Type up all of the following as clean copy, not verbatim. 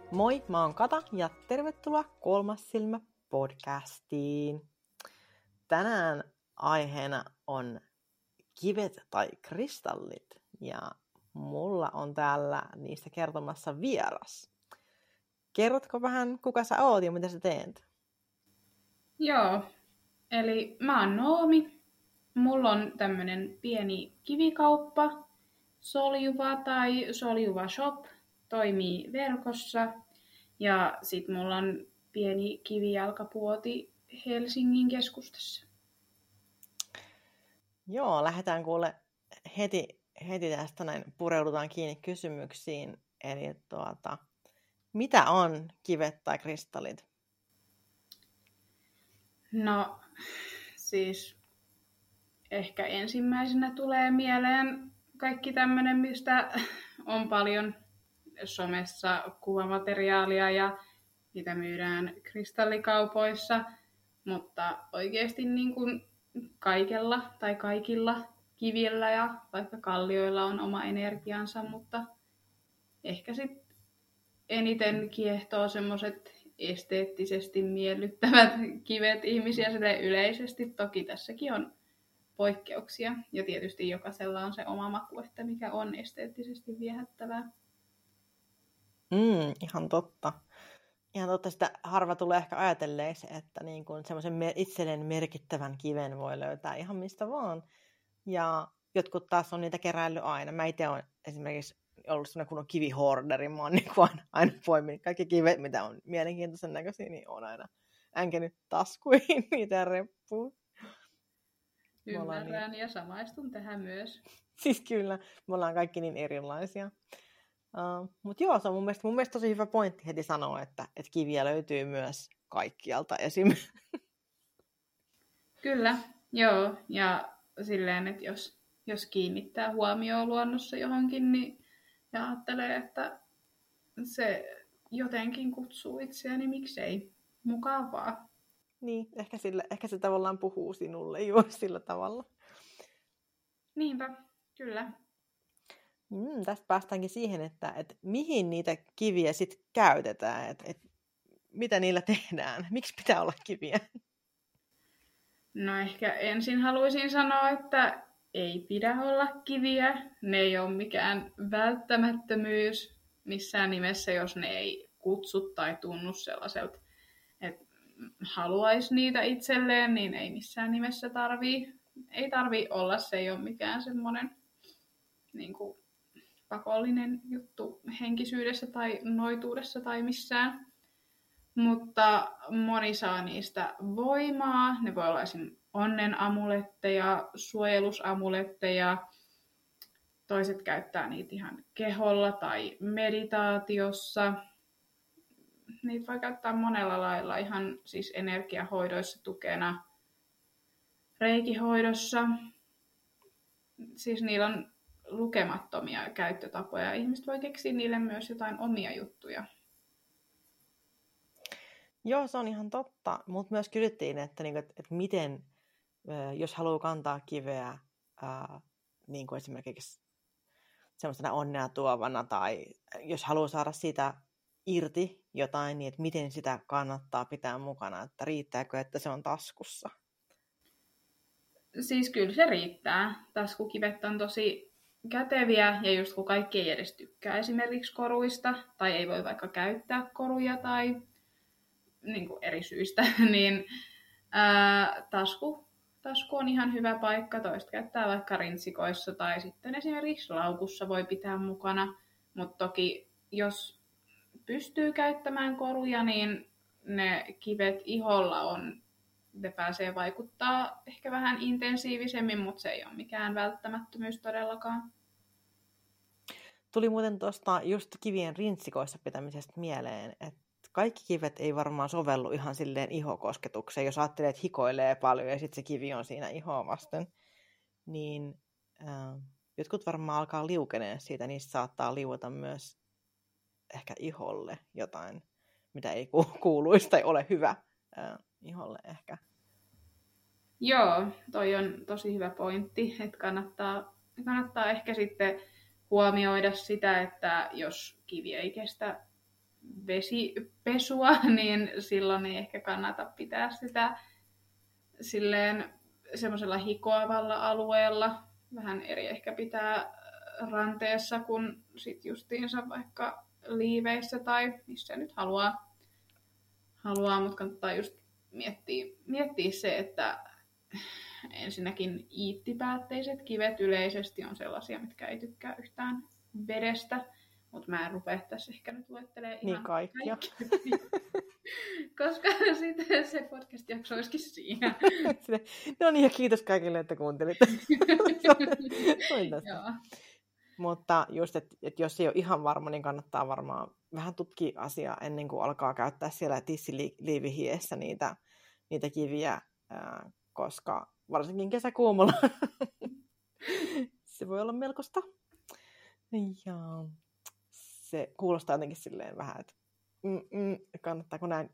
Moi, mä oon Kata ja tervetuloa Kolmas silmä podcastiin. Tänään aiheena on kivet tai kristallit ja mulla on täällä niistä kertomassa vieras. Kerrotko vähän, kuka sä oot ja mitä sä teet? Joo, eli mä oon Noomi. Mulla on tämmönen pieni kivikauppa, Soljuva tai Soljuva Shop, toimii verkossa. Ja sit mulla on pieni kivijalkapuoti Helsingin keskustassa. Joo, lähdetään kuule heti tästä näin pureudutaan kiinni kysymyksiin. Eli mitä on kivet tai kristallit? No, siis ehkä ensimmäisenä tulee mieleen kaikki tämmönen, mistä on paljon somessa kuvamateriaalia ja mitä myydään kristallikaupoissa, mutta oikeasti niin kuin kaikella tai kaikilla kivillä ja vaikka kallioilla on oma energiansa, mutta ehkä sitten eniten kiehtoo semmoiset esteettisesti miellyttävät kivet ihmisiä sille yleisesti. Toki tässäkin on poikkeuksia ja tietysti jokaisella on se oma maku, että mikä on esteettisesti viehättävää. Ihan totta. Ihan totta, sitä harva tulee ehkä ajatelleeksi, että niin kuin semmoisen itselleen merkittävän kiven voi löytää ihan mistä vaan. Ja jotkut taas on niitä keräillyt aina. Mä itse olen esimerkiksi ollut semmoinen kunnon kivihorderi. Mä oon niin kuin aina poiminut kaikki kivet, mitä on mielenkiintoisen näköisiä, niin on aina änkenyt taskuihin niitä reppuun. Ymmärrän ja samaistun tähän myös. Siis kyllä, me ollaan kaikki niin erilaisia. Mutta joo, se on mun mielestä tosi hyvä pointti heti sanoa, että kiviä löytyy myös kaikkialta esim. Kyllä, joo. Ja silleen, että jos kiinnittää huomioon luonnossa johonkin, niin ja ajattelee, että se jotenkin kutsuu itseäni, niin miksei. Mukavaa. Niin, ehkä se tavallaan puhuu sinulle juuri sillä tavalla. Niinpä, kyllä. Tästä päästäänkin siihen, että mihin niitä kiviä sitten käytetään, että mitä niillä tehdään, miksi pitää olla kiviä? No ehkä ensin haluaisin sanoa, että ei pidä olla kiviä. Ne ei ole mikään välttämättömyys missään nimessä, jos ne ei kutsu tai tunnu sellaiselta, että haluaisi niitä itselleen, niin ei missään nimessä ei tarvii olla. Se ei ole mikään semmoinen niin kuin pakollinen juttu henkisyydessä tai noituudessa tai missään. Mutta moni saa niistä voimaa. Ne voi olla esimerkiksi onnenamuletteja, suojelusamuletteja. Toiset käyttää niitä ihan keholla tai meditaatiossa. Niitä voi käyttää monella lailla, ihan siis energiahoidoissa tukena, reikihoidossa. Siis niillä on lukemattomia käyttötapoja. Ihmiset voi keksiä niille myös jotain omia juttuja. Joo, se on ihan totta, mutta myös kysyttiin, että miten, jos haluaa kantaa kiveä niin kuin esimerkiksi semmoisena onnea tuovana, tai jos haluaa saada siitä irti jotain, niin että miten sitä kannattaa pitää mukana, että riittääkö, että se on taskussa? Siis kyllä se riittää. Taskukivet on tosi käteviä, ja just kun kaikki ei edes tykkää esimerkiksi koruista, tai ei voi vaikka käyttää koruja tai niin kuin eri syistä, niin tasku on ihan hyvä paikka. Toista käyttää vaikka rintsikoissa tai sitten esimerkiksi laukussa voi pitää mukana. Mutta toki jos pystyy käyttämään koruja, niin ne kivet iholla ne pääsee vaikuttaa ehkä vähän intensiivisemmin, mutta se ei ole mikään välttämättömyys todellakaan. Tuli muuten tuosta just kivien rintsikoissa pitämisestä mieleen, että kaikki kivet ei varmaan sovellu ihan silleen ihokosketukseen. Jos ajattelee, että hikoilee paljon ja sitten se kivi on siinä ihoa vasten, niin jotkut varmaan alkaa liukeneen siitä. Niistä saattaa liuota myös ehkä iholle jotain, mitä ei kuuluisi tai ole hyvä iholle ehkä. Joo, toi on tosi hyvä pointti, että kannattaa ehkä sitten huomioida sitä, että jos kivi ei kestä vesipesua, niin silloin ei ehkä kannata pitää sitä silleen semmoisella hikoavalla alueella. Vähän eri ehkä pitää ranteessa kuin sit justiinsa vaikka liiveissä tai missä nyt haluaa, mutta kannattaa just miettiä se, että ensinnäkin iittipäätteiset kivet yleisesti on sellaisia, mitkä ei tykkää yhtään vedestä, mutta mä en rupea tässä ehkä nyt luettelemaan ihan niin kaikkia. Koska sitten se podcast-jakso olisikin siinä. No niin, ja kiitos kaikille, että kuuntelitte. Mutta just, että jos ei ole ihan varma, niin kannattaa varmaan vähän tutkia asiaa ennen kuin alkaa käyttää siellä tissiliivihiessä niitä kiviä, koska varsinkin kesäkuumalla se voi olla melkoista. Ja se kuulostaa jotenkin silleen vähän, että kannattaako näin.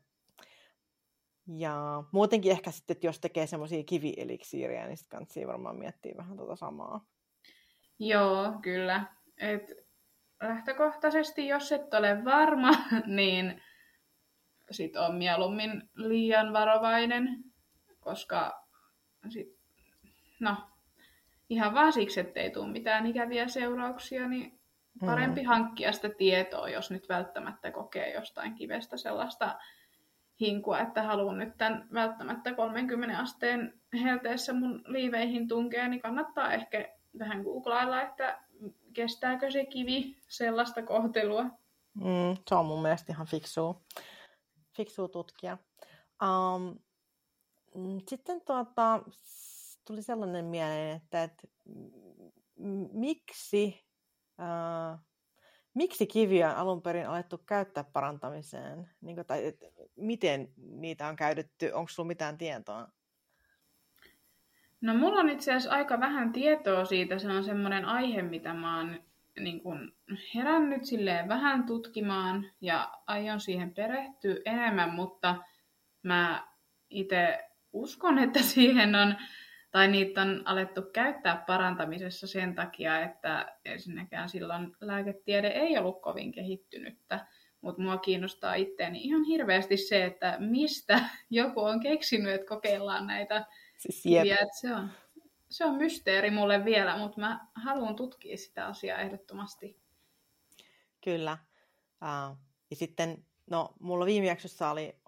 Ja muutenkin ehkä sitten, että jos tekee semmoisia kivieliksiirejä, niin sitten kannattaa varmaan miettiä vähän tuota samaa. Joo, kyllä. Et lähtökohtaisesti, jos et ole varma, niin sit on mieluummin liian varovainen, koska sit, ihan vaan siksi, ettei tule mitään ikäviä seurauksia, niin parempi hankkia sitä tietoa, jos nyt välttämättä kokee jostain kivestä sellaista hinkua, että haluan nyt tämän välttämättä 30 asteen helteessä mun liiveihin tunkea, niin kannattaa ehkä vähän googlailla, että kestääkö se kivi sellaista kohtelua. Se on mun mielestä ihan fiksua tutkia. Sitten tuli sellainen mieleen, että miksi kiviä on alun perin alettu käyttää parantamiseen? Tai miten niitä on käytetty? Onko sulla mitään tietoa? No mulla on itse asiassa aika vähän tietoa siitä. Se on semmoinen aihe, mitä mä oon niin kun herännyt silleen vähän tutkimaan ja aion siihen perehtyä enemmän, mutta mä itse uskon, että niitä on alettu käyttää parantamisessa sen takia, että ensinnäkään silloin lääketiede ei ollut kovin kehittynyttä. Mutta mua kiinnostaa itseäni ihan hirveästi se, että mistä joku on keksinyt, että kokeillaan näitä kiviä. Se on mysteeri mulle vielä, mutta mä haluan tutkia sitä asiaa ehdottomasti. Kyllä. Ja sitten, mulla viime jaksossa oli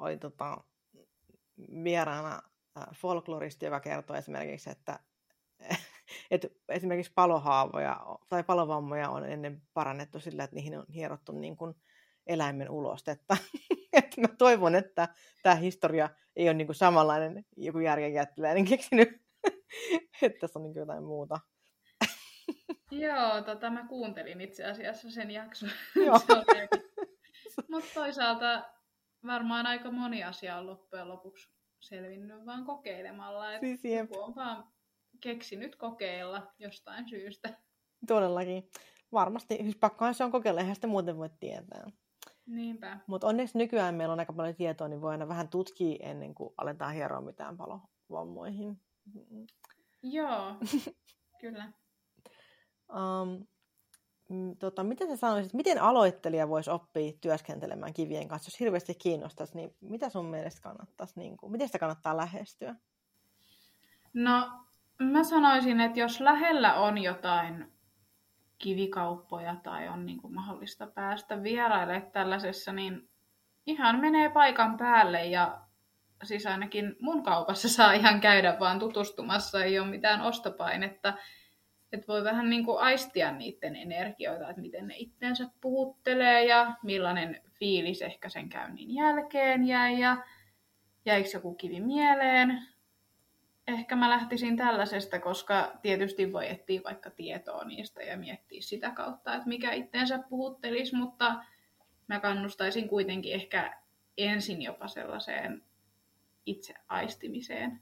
vieraana folkloristi, joka kertoi esimerkiksi, että esimerkiksi palohaavoja tai palovammoja on ennen parannettu sillä, että niihin on hierottu niin kuin eläimen ulostetta. Että mä toivon, että tämä historia ei ole niin kuin samanlainen joku järjenjättiläinen keksinyt, että tässä on niin kuin jotain muuta. Joo, mä kuuntelin itse asiassa sen jakson. Mutta toisaalta varmaan aika moni asia on loppujen lopuksi selvinnyt vaan kokeilemalla. Että siis joku on vaan keksinyt kokeilla jostain syystä. Todellakin. Varmasti. Siis pakkohan se on kokeilla, eihän sitä muuten voi tietää. Niinpä. Mutta onneksi nykyään meillä on aika paljon tietoa, niin voi aina vähän tutkia ennen kuin aletaan hieroa mitään palovammoihin. Joo, kyllä. Miten sä sanoisit, miten aloittelija voisi oppia työskentelemään kivien kanssa, jos hirveästi kiinnostaisi, niin mitä sun mielestä kannattaisi, miten sitä kannattaa lähestyä? No, mä sanoisin, että jos lähellä on jotain kivikauppoja tai on niin kuin mahdollista päästä vierailemaan tällaisessa, niin ihan menee paikan päälle ja siis ainakin mun kaupassa saa ihan käydä vaan tutustumassa, ei ole mitään ostopainetta. Että voi vähän niin kuin aistia niiden energioita, että miten ne itteensä puhuttelee ja millainen fiilis ehkä sen käynnin jälkeen jäi ja jäikö joku kivi mieleen. Ehkä mä lähtisin tällaisesta, koska tietysti voi etsiä vaikka tietoa niistä ja miettiä sitä kautta, että mikä itteensä puhuttelisi, mutta mä kannustaisin kuitenkin ehkä ensin jopa sellaiseen itse aistimiseen.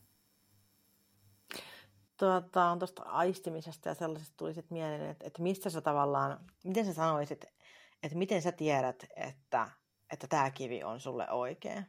Tuosta aistimisesta ja sellaisesta tuli sitten mieleen, että mistä sä tavallaan, miten sä sanoisit, että miten sä tiedät, että tämä kivi on sulle oikea?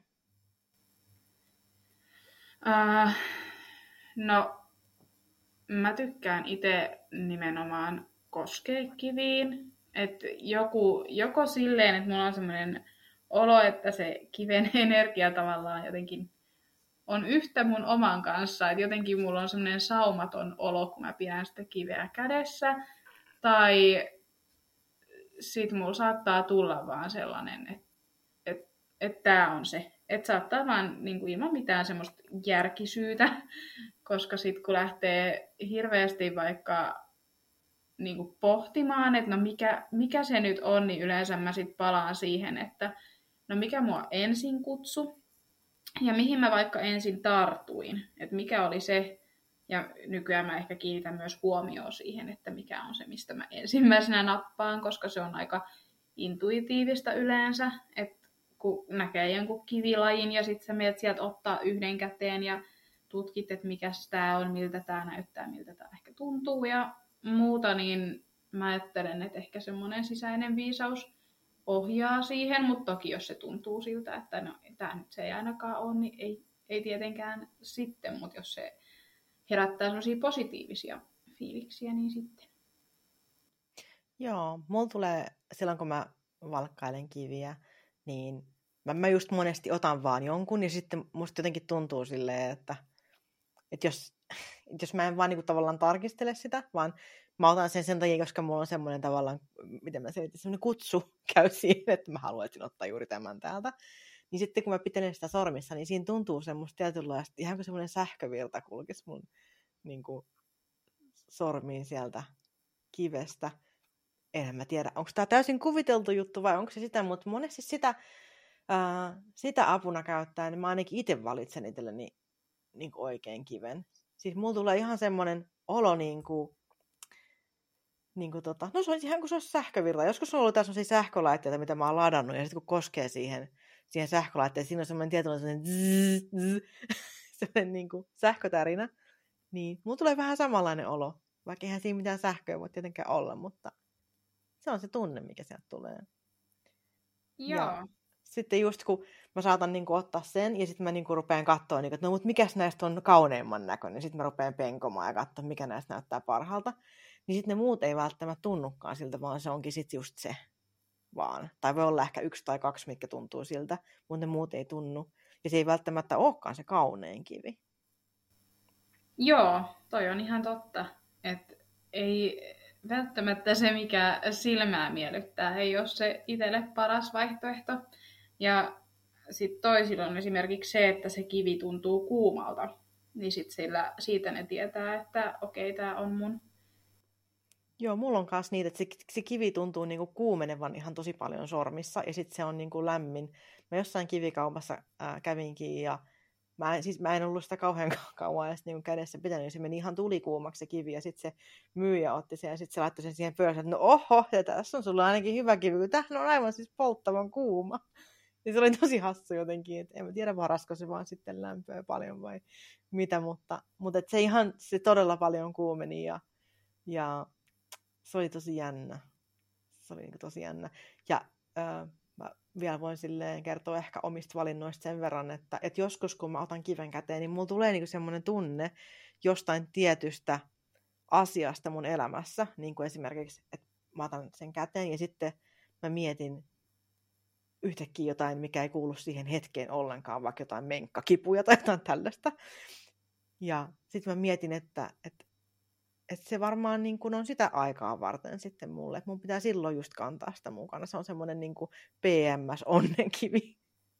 No, mä tykkään itse nimenomaan koskea kiviin. Että joko silleen, että mulla on semmoinen olo, että se kiven energia tavallaan jotenkin on yhtä mun oman kanssa. Että jotenkin mulla on semmoinen saumaton olo, kun mä pidän sitä kiveä kädessä. Tai sit mulla saattaa tulla vaan sellainen, että tää on se. Että saattaa vaan niin kuin ilman mitään semmoista järkisyytä, koska sit kun lähtee hirveästi vaikka niin kuin pohtimaan, että no mikä se nyt on, niin yleensä mä sit palaan siihen, että no mikä mua ensin kutsu ja mihin mä vaikka ensin tartuin, että mikä oli se. Ja nykyään mä ehkä kiinnitän myös huomioon siihen, että mikä on se, mistä mä ensimmäisenä nappaan, koska se on aika intuitiivista yleensä, että kun näkee jonkun kivilajin ja sitten sä menet sieltä ottaa yhden käteen ja tutkit, että mikä tämä on, miltä tämä näyttää, miltä tämä ehkä tuntuu ja muuta, niin mä ajattelen, että ehkä semmoinen sisäinen viisaus ohjaa siihen, mutta toki jos se tuntuu siltä, että no, tämä nyt se ei ainakaan ole, niin ei tietenkään sitten, mutta jos se herättää sellaisia positiivisia fiiliksiä, niin sitten. Joo, mulla tulee silloin, kun mä valkkailen kiviä, niin mä just monesti otan vaan jonkun, ja sitten musta jotenkin tuntuu silleen, että jos mä en vaan niinku tavallaan tarkistele sitä, vaan mä otan sen takia, koska mulla on semmoinen tavallaan, miten mä selitän, semmoinen kutsu käy siihen, että mä haluaisin ottaa juuri tämän täältä. Niin sitten kun mä pitelen sitä sormissa, niin siinä tuntuu semmoista tietynlaista, ihan kuin semmoinen sähkövirta kulkisi mun niin kuin, sormiin sieltä kivestä. En mä tiedä, onko tämä täysin kuviteltu juttu vai onko se sitä, mutta monesti sitä apuna käyttäen, niin mä ainakin itse valitsen itselleni niin kuin oikein kiven. Siis mulla tulee ihan semmoinen olo no se on ihan kuin se olisi sähkövirta. Joskus on ollut taas sellaisia sähkölaitteita, mitä mä oon ladannut, ja sitten kun koskee siihen sähkölaitteeseen, siinä on semmoinen tietynlainen semmoinen niin kuin sähkötärinä, niin mulla tulee vähän samanlainen olo, vaikka eihän siinä mitään sähköä voi tietenkään olla, mutta se on se tunne, mikä sieltä tulee. Joo. Ja sitten just kun mä saatan niin kuin ottaa sen, ja sitten mä niin kuin rupean katsoa, niin kuin, että no mutta mikäs näistä on kauneimman näköinen, sitten mä rupean penkomaan ja katsoa, mikä näistä näyttää parhaalta. Niin sitten ne muut ei välttämättä tunnukaan siltä, vaan se onkin sitten just se vaan. Tai voi olla ehkä 1 tai 2, mitkä tuntuu siltä, mutta ne muut ei tunnu. Ja se ei välttämättä olekaan se kaunein kivi. Joo, toi on ihan totta. Että ei välttämättä se, mikä silmää miellyttää, ei ole se itselle paras vaihtoehto. Ja sitten toisilla on esimerkiksi se, että se kivi tuntuu kuumalta. Niin sitten siitä ne tietää, että okei, tämä on mun. Joo, mulla on myös niitä, että se kivi tuntuu niinku kuumenevan ihan tosi paljon sormissa, ja sitten se on niinku lämmin. Mä jossain kivikaupassa kävinkin, ja mä en ollut sitä kauhean kauan edes niinku kädessä pitänyt, ja se meni ihan tulikuumaksi se kivi, ja sitten se myyjä otti sen, ja sitten se laittoi sen siihen pöydälle, että no oho, ja tässä on sulla ainakin hyvä kivi, kun tämähän on aivan siis polttavan kuuma. Ja se oli tosi hassu jotenkin, että en mä tiedä varasko se vaan sitten lämpöä paljon vai mitä, mutta et se todella paljon kuumeni, ja se oli tosi jännä. Se oli niin tosi jännä. Ja mä vielä voin silleen kertoa ehkä omista valinnoista sen verran, että joskus kun mä otan kiven käteen, niin mulla tulee niin semmoinen tunne jostain tietystä asiasta mun elämässä. Niin kuin esimerkiksi, että mä otan sen käteen ja sitten mä mietin yhtäkkiä jotain, mikä ei kuulu siihen hetkeen ollenkaan, vaikka jotain menkkakipuja tai jotain tällaista. Ja sitten mä mietin, että se varmaan niin kuin on sitä aikaa varten sitten mulle. Että mun pitää silloin just kantaa sitä mukana. Se on semmoinen niin kuin PMS-onnenkivi.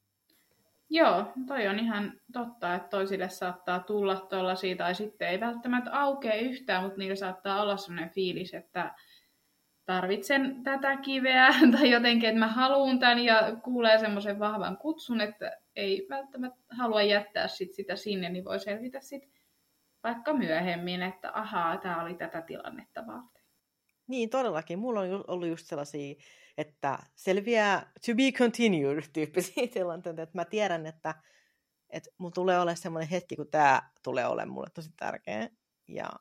Joo, toi on ihan totta, että toisille saattaa tulla tuollaisia, tai sitten ei välttämättä aukea yhtään, mutta niillä saattaa olla semmoinen fiilis, että tarvitsen tätä kiveä, tai jotenkin, että mä haluan tämän, ja kuulee semmoisen vahvan kutsun, että ei välttämättä halua jättää sitä sinne, niin voi selvitä sitten vaikka myöhemmin, että ahaa, tämä oli tätä tilannetta varten. Niin, todellakin. Mulla on ollut just sellaisia, että selviää to be continued -tyyppisiä tilanteita, että mä tiedän, että mun tulee olemaan semmoinen hetki, kun tämä tulee olemaan mulle tosi tärkeä. Ja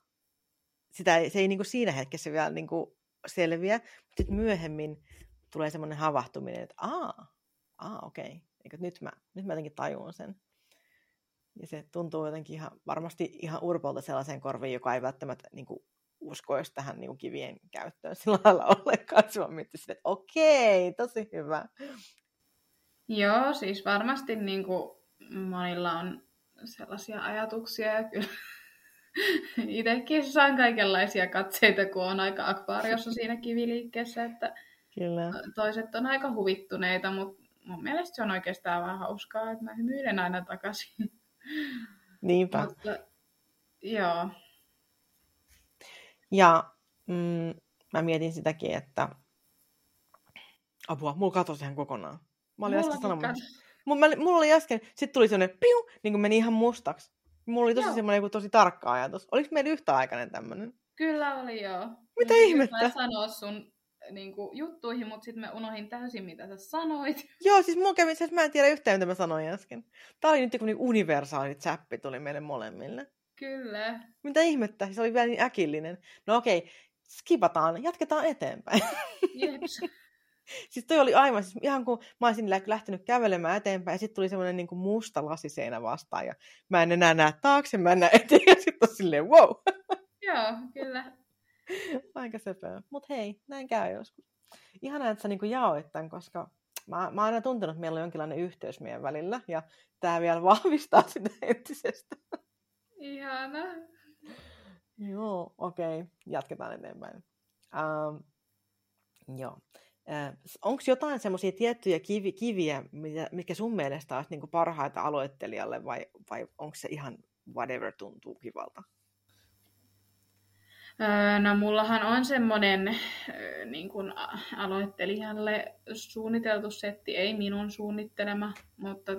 se ei niin kuin siinä hetkessä vielä niin kuin selviä, mutta sitten myöhemmin tulee semmoinen havahtuminen, että okei. Nyt mä jotenkin tajun sen. Ja se tuntuu jotenkin varmasti ihan urpolta sellaiseen korviin, joka ei välttämättä niin kuin uskoisi tähän niin kuin kivien käyttöön sillä lailla ollenkaan. Se on miettinyt, että okei, tosi hyvä. Joo, siis varmasti niin kuin monilla on sellaisia ajatuksia ja kyllä itsekin saan kaikenlaisia katseita, kun on aika akvaariossa siinä kiviliikkeessä, että Kyllä. toiset on aika huvittuneita, mutta mun mielestä se on oikeastaan vähän hauskaa, että mä hymyilen aina takaisin. Niinpä. Mutta joo. Ja mä mietin sitäkin, että apua, mulla katosi ihan kokonaan. Mä olin äsken sanomassa. Mulla oli äsken, sit tuli semmonen piu, niin kuin meni ihan mustaksi. Mulla oli tosi semmoinen joku tosi tarkka ajatus. Oliko meillä yhtäaikainen tämmönen? Kyllä oli joo. Mitä ihmettä? Mä sanoa sun niin kuin, juttuihin, mutta sitten mä unohdin täysin, mitä sä sanoit. Joo, siis mulla kävi se, että mä en tiedä yhtään, mitä mä sanoin äsken. Tää oli nyt joku niin universaali zappi tuli meille molemmille. Kyllä. Mitä ihmettä? Se oli vielä niin äkillinen. No okei, skipataan, jatketaan eteenpäin. Jeps. Siis toi oli aivan, siis ihan kun mä olisin lähtenyt kävelemään eteenpäin, ja sitten tuli semmoinen niin kuin musta lasiseinä vastaan, ja mä en enää näe taakse, mä en näe eteen, ja sitten on silleen, wow. Joo, kyllä. Aika söpöä. Mut hei, näin käy joskus. Ihanaa, että sä niin kuin jaoit tämän, koska mä oon aina tuntenut, että meillä on jonkinlainen yhteys meidän välillä, ja tää vielä vahvistaa sitä entisestä. Ihana. Joo, okei. Jatketaan eteenpäin. Joo. Onko jotain semmoisia tiettyjä kiviä, mitkä sun mielestä olisi niinku parhaita aloittelijalle, vai onko se ihan whatever tuntuu kivalta? No mullahan on semmoinen niin kuin aloittelijalle suunniteltu setti, ei minun suunnittelema, mutta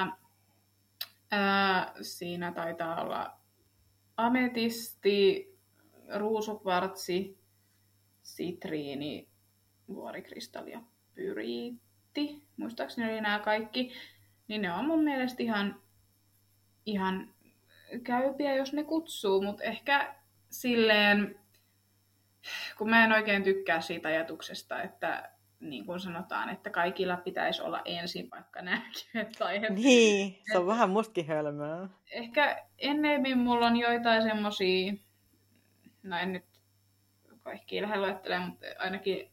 siinä taitaa olla ametisti, ruusukvartsi, sitriini, vuorikristalli ja pyriitti. Muistaakseni oli nämä kaikki. Niin ne on mun mielestä ihan käypiä, jos ne kutsuu, mutta ehkä silleen, kun mä en oikein tykkää siitä ajatuksesta, että niin kuin sanotaan, että kaikilla pitäisi olla ensin vaikka nämä kivet tai Niin, se on vähän mustakin hölmöä. Ehkä ennemmin mulla on joitain semmosia, no en nyt kaikki lähde luettelemaan, mutta ainakin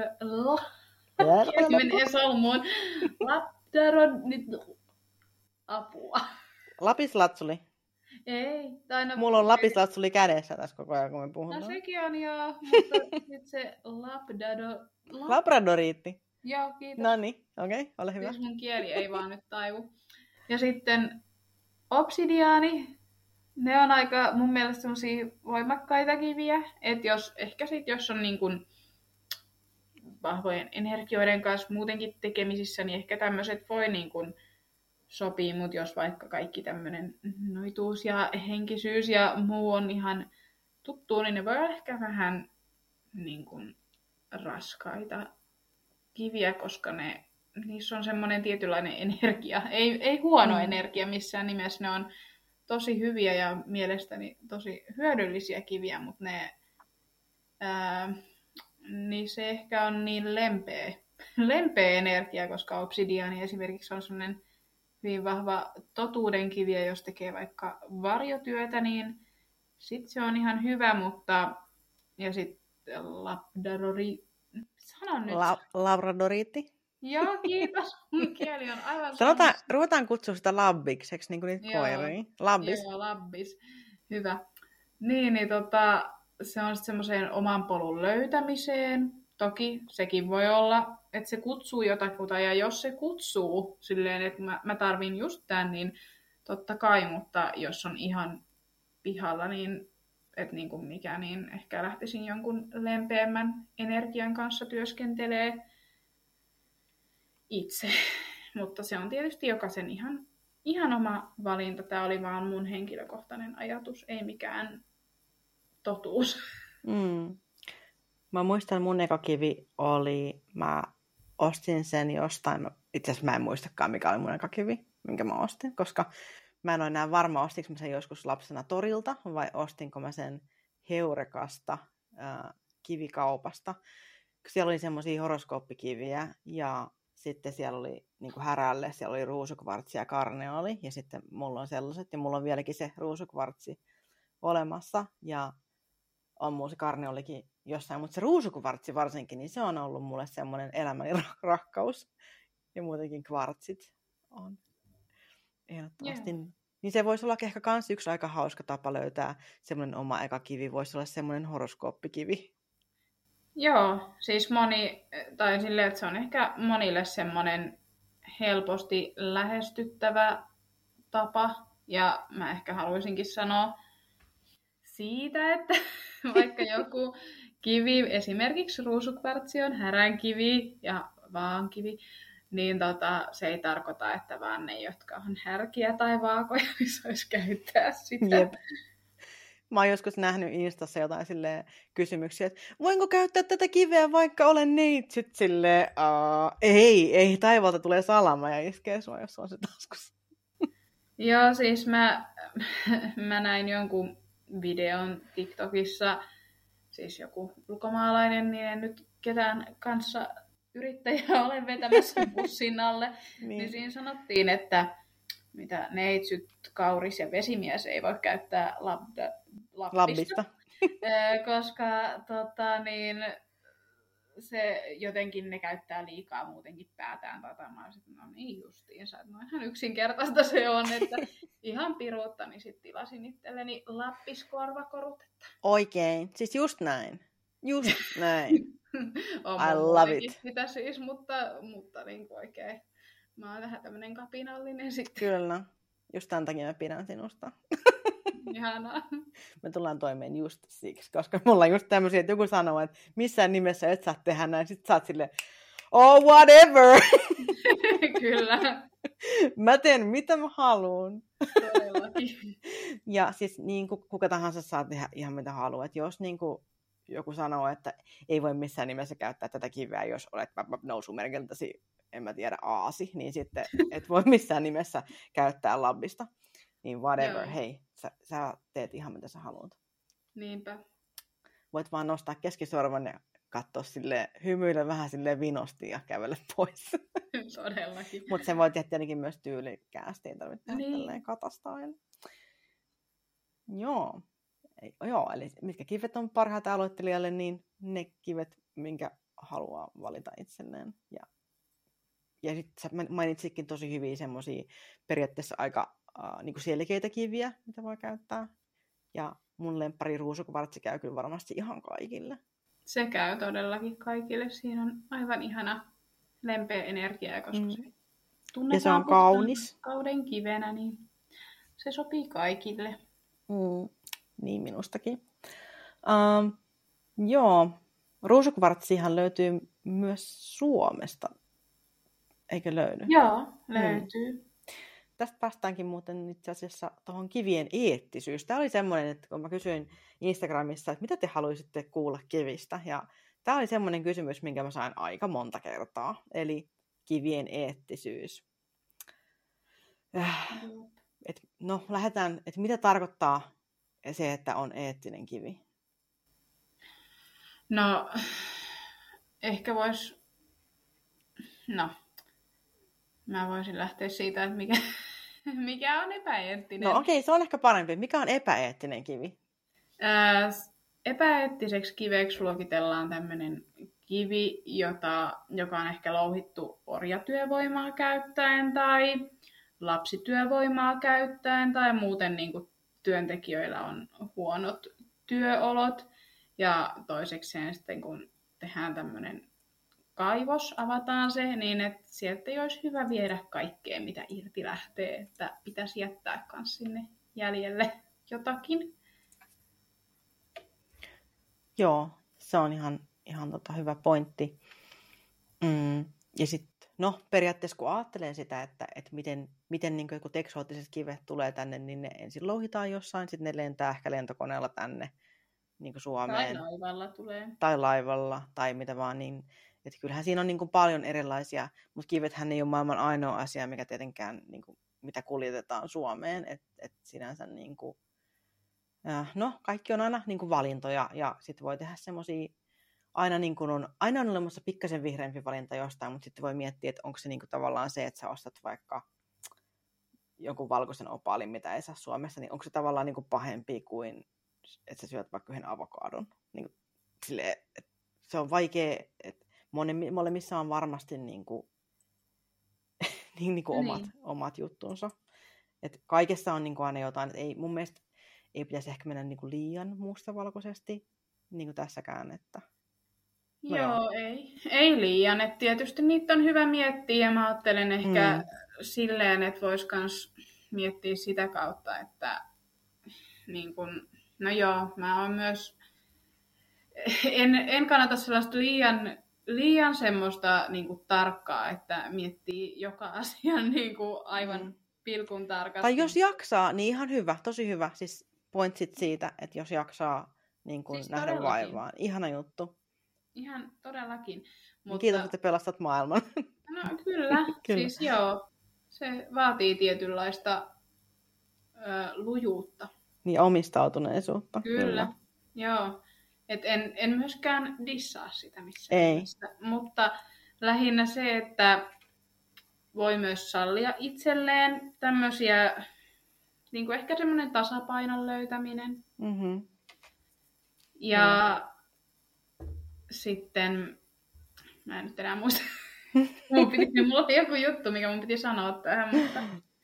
menee solmuun. Apua. Lapislatsuli. Ei. Mulla on lapislatsuli kädessä tässä koko ajan, kun me puhutaan. No sekin on joo, mutta nyt se Labradoriitti. Joo, kiitos. Noniin, okei, ole hyvä. Jos mun kieli ei vaan nyt taivu. Ja sitten obsidiaani. Ne on aika mun mielestä semmosia voimakkaita kiviä. Että jos on niin kuin vahvojen energioiden kanssa muutenkin tekemisissä, niin ehkä tämmöiset voi niin kuin sopii, mutta jos vaikka kaikki tämmöinen noituus ja henkisyys ja muu on ihan tuttuu, niin ne voi olla ehkä vähän niin kuin raskaita kiviä, koska niissä on semmoinen tietynlainen energia. Ei huono energia missään nimessä, ne on tosi hyviä ja mielestäni tosi hyödyllisiä kiviä, mutta niissä ehkä on niin lempeä energia, koska obsidiaani esimerkiksi on semmoinen hyvin vahva totuudenkiviä, jos tekee vaikka varjotyötä, niin sitten se on ihan hyvä, mutta ja sitten Labradoriitti. Joo, kiitos. Mun kieli on aivan ruvetaan kutsua sitä labbikseksi, niin kuin niitä koiria. Labbis. Joo, labbis. Hyvä. Niin, se on sitten semmoiseen oman polun löytämiseen. Toki sekin voi olla, että se kutsuu jotakuta, ja jos se kutsuu silleen, että mä tarvin just tämän, niin totta kai, mutta jos on ihan pihalla, niin että niin kuin mikä, niin ehkä lähtisin jonkun lempeämmän energian kanssa työskentelee itse. Mutta se on tietysti jokaisen ihan oma valinta. Tämä oli vaan mun henkilökohtainen ajatus, ei mikään totuus. Mä muistan, mun eka kivi oli, mä ostin sen jostain, itse asiassa mä en muistakaan mikä oli mun eka kivi, minkä mä ostin, koska mä en ole enää varma, ostinko mä sen joskus lapsena torilta vai ostinko mä sen Heurekasta kivikaupasta. Siellä oli semmosia horoskooppikiviä ja sitten siellä oli niin kuin härälle, siellä oli ruusukvartsi ja karneoli ja sitten mulla on sellaiset ja mulla on vieläkin se ruusukvartsi olemassa ja on mulla se karneolikin jossain, mutta se ruusukvartsi varsinkin, niin se on ollut mulle semmoinen elämäni rakkaus. Ja muutenkin kvartsit on ehdottomasti. Joo. Niin se voisi olla ehkä kans yksi aika hauska tapa löytää semmoinen oma eka kivi. Voisi olla semmoinen horoskooppikivi. Joo, siis moni, tai silleen, että se on ehkä monille semmoinen helposti lähestyttävä tapa. Ja mä ehkä haluaisinkin sanoa siitä, että vaikka joku kivi, esimerkiksi ruusukvartsi on häränkivi ja vaankivi, niin se ei tarkoita, että vaan ne, jotka on härkiä tai vaakoja, niin saisi käyttää sitä. Jep. Mä oon joskus nähnyt Instassa jotain kysymyksiä, että voinko käyttää tätä kiveä, vaikka olen neitsyt silleen, ei, taivaalta tulee salama ja iskee sua, jos on se taskussa. Joo, siis mä näin jonkun videon TikTokissa, siis joku ulkomaalainen, niin en nyt ketään kanssa yrittäjää ole vetämässä bussin alle, niin siinä sanottiin, että mitä neitsyt, kauris ja vesimies ei voi käyttää lappista. Koska se jotenkin ne käyttää liikaa muutenkin päätään. Mä olisin, no niin justiinsa, että ihan yksinkertaista se on, että ihan piruutta, niin sitten tilasin itselleni lappiskorvakorutetta. Oikein, siis just näin. I love it. Sitä siis, mutta niin oikein. Mä oon vähän tämmönen kapinallinen sitten. Kyllä, just tämän takia mä pidän sinusta. Ihanaa. Me tullaan toimeen just siksi, koska mulla on just tämmöisiä, että joku sanoo, että missään nimessä et saa tehdä näin, sit sä oot silleen, oh whatever! Kyllä. Mä teen mitä mä haluun. Todellakin. Ja siis niin kuin kuka tahansa saa tehdä ihan mitä haluaa. Että jos niin kuin joku sanoo, että ei voi missään nimessä käyttää tätä kiveä, jos olet nousumerkiltäsi, en mä tiedä, aasi, niin sitten et voi missään nimessä käyttää labbista. Niin whatever, hei, sä teet ihan mitä sä haluat. Niinpä. Voit vaan nostaa keskisorvan ja katsoa silleen, hymyillä vähän silleen vinosti ja kävellä pois. Todellakin. Mutta sen voi tehdä tietenkin myös tyylikkäästi, ei tarvitse tehdä tälleen katastaen. Joo, eli mitkä kivet on parhaita aloittelijalle, niin ne kivet, minkä haluaa valita itselleen. Ja sitten sä mainitsitkin tosi hyviä semmosia periaatteessa aika niinku selkeitä kiviä, mitä voi käyttää. Ja mun lemppari ruusukvartsi käy kyllä varmasti ihan kaikille. Se käy todellakin kaikille. Siinä on aivan ihana lempeä energia, koska se tunnetaan ja se on kaunis. Kauden kivenä, niin se sopii kaikille. Niin minustakin. Joo, ruusukvartsihan löytyy myös Suomesta. Eikö löydy? Joo, löytyy. Tästä päästäänkin muuten itse asiassa tuohon kivien eettisyys. Tämä oli semmoinen, että kun mä kysyin Instagramissa, että mitä te haluaisitte kuulla kivistä. Ja tämä oli semmoinen kysymys, minkä mä sain aika monta kertaa. Eli kivien eettisyys. Lähdetään, että mitä tarkoittaa se, että on eettinen kivi? No, ehkä mä voisin lähteä siitä, että mikä on epäeettinen. No okei, se on ehkä parempi. Mikä on epäeettinen kivi? Epäeettiseksi kiveksi luokitellaan tämmöinen kivi, joka on ehkä louhittu orjatyövoimaa käyttäen tai lapsityövoimaa käyttäen tai muuten niin kuin työntekijöillä on huonot työolot. Ja toisekseen sitten kun tehdään tämmöinen kaivos, avataan se, niin että sieltä ei olisi hyvä viedä kaikkea, mitä irti lähtee, että pitäisi jättää myös sinne jäljelle jotakin. Joo, se on ihan hyvä pointti. Ja sitten, periaatteessa kun ajattelee sitä, että miten niin joku eksoottiset kivet tulee tänne, niin ne ensin louhitaan jossain, sitten ne lentää ehkä lentokoneella tänne niin Suomeen. Tai laivalla tulee. Tai laivalla, tai mitä vaan. Niin, että kyllähän siinä on niin paljon erilaisia, mutta kivethän ei ole maailman ainoa asia, mikä tietenkään, niin kuin, mitä kuljetetaan Suomeen. Et sinänsä, niin kuin, kaikki on aina niin kuin valintoja, ja sitten voi tehdä semmoisia, aina on olemassa pikkasen vihreämpi valinta jostain, mutta sitten voi miettiä, että onko se niin kuin tavallaan se, että sä ostat vaikka jonkun valkoisen opaalin, mitä ei saa Suomessa, niin onko se tavallaan niin kuin pahempi kuin, että sä syöt vaikka yhden avokadon. Niin kuin, se on vaikea, että molemmissa on varmasti niin kuin niin kuin omat juttunsa. Et kaikessa on niin kuin aina jotain, että ei, mun mielestä ei pitäisi ehkä mennä niin kuin liian mustavalkoisesti niin kuin tässäkään. Että... No joo, ei liian. Et tietysti niitä on hyvä miettiä ja mä ajattelen ehkä silleen, että vois kans miettiä sitä kautta, että niin kun, no joo, mä oon myös, en kannata sellaista liian semmoista niin kuin tarkkaa, että miettii joka asian niin kuin aivan pilkun tarkasti. Tai jos jaksaa, niin ihan hyvä, tosi hyvä. Siis pointsit siitä, että jos jaksaa niin kuin siis nähdä vaivaa. Ihana juttu. Ihan todellakin. Mutta... Kiitos, että pelastat maailman. No kyllä. Siis joo. Se vaatii tietynlaista lujuutta. Niin, omistautuneisuutta. Kyllä. Joo. Et en myöskään dissaa sitä missään nimessä. Mutta lähinnä se, että voi myös sallia itselleen tämmöisiä, niin kuin ehkä semmoinen tasapainon löytäminen. Mm-hmm. Ja sitten, mä en nyt enää muista, mulla oli joku juttu, mikä mun piti sanoa tähän, mutta...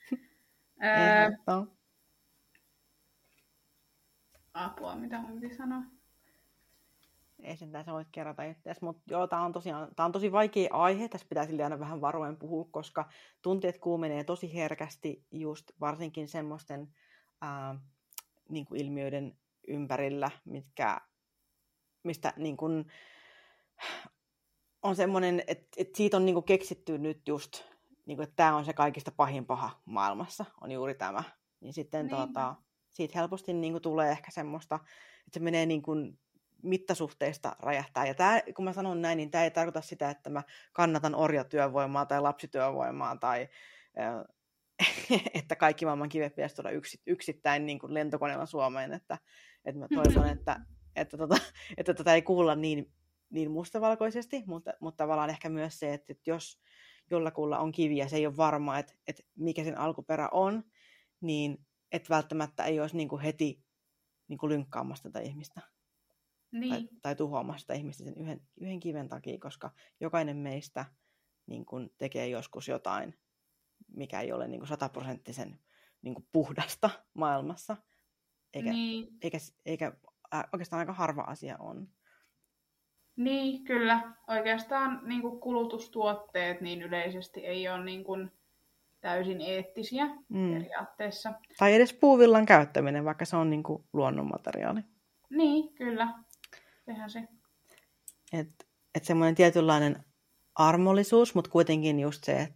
apua, mitä mun piti sanoa. Ei sentään, sä voit kerrata itseäsi, mutta joo, tää on tosi vaikea aihe, tässä pitää sille aina vähän varoen puhua, koska tunteet kuumenee tosi herkästi just varsinkin semmoisten niin kuin ilmiöiden ympärillä, mistä niin kuin, on semmoinen, että siitä on niin kuin keksitty nyt just, niin kuin, että tämä on se kaikista pahin paha maailmassa, on juuri tämä. Niin sitten siitä helposti niin kuin tulee ehkä semmoista, että se menee niin kuin mittasuhteista räjähtää. Ja tämä, kun mä sanon näin, niin tämä ei tarkoita sitä, että mä kannatan orjatyövoimaa tai lapsityövoimaa tai että kaikki maailman kivet pitäisi tuoda yksittäin niin kuin lentokoneella Suomeen. Että mä toivon, että tätä ei kuulla niin mustavalkoisesti, mutta tavallaan ehkä myös se, että jos jollakulla on kiviä, se ei ole varma, että mikä sen alkuperä on, niin että välttämättä ei olisi niin kuin heti niin kuin lynkkaamassa tätä ihmistä. Niin. Tai tuhoamassa sitä ihmistä sen yhden kiven takia, koska jokainen meistä niin kuin tekee joskus jotain, mikä ei ole niin kuin 100% niin kuin puhdasta maailmassa. Eikä oikeastaan aika harva asia on. Niin, kyllä. Oikeastaan niin kuin kulutustuotteet niin yleisesti ei ole niin kuin täysin eettisiä periaatteessa. Tai edes puuvillan käyttäminen, vaikka se on niin kuin luonnonmateriaali. Niin, kyllä. Tehän se. Et semmoinen tietynlainen armollisuus, mutta kuitenkin just se,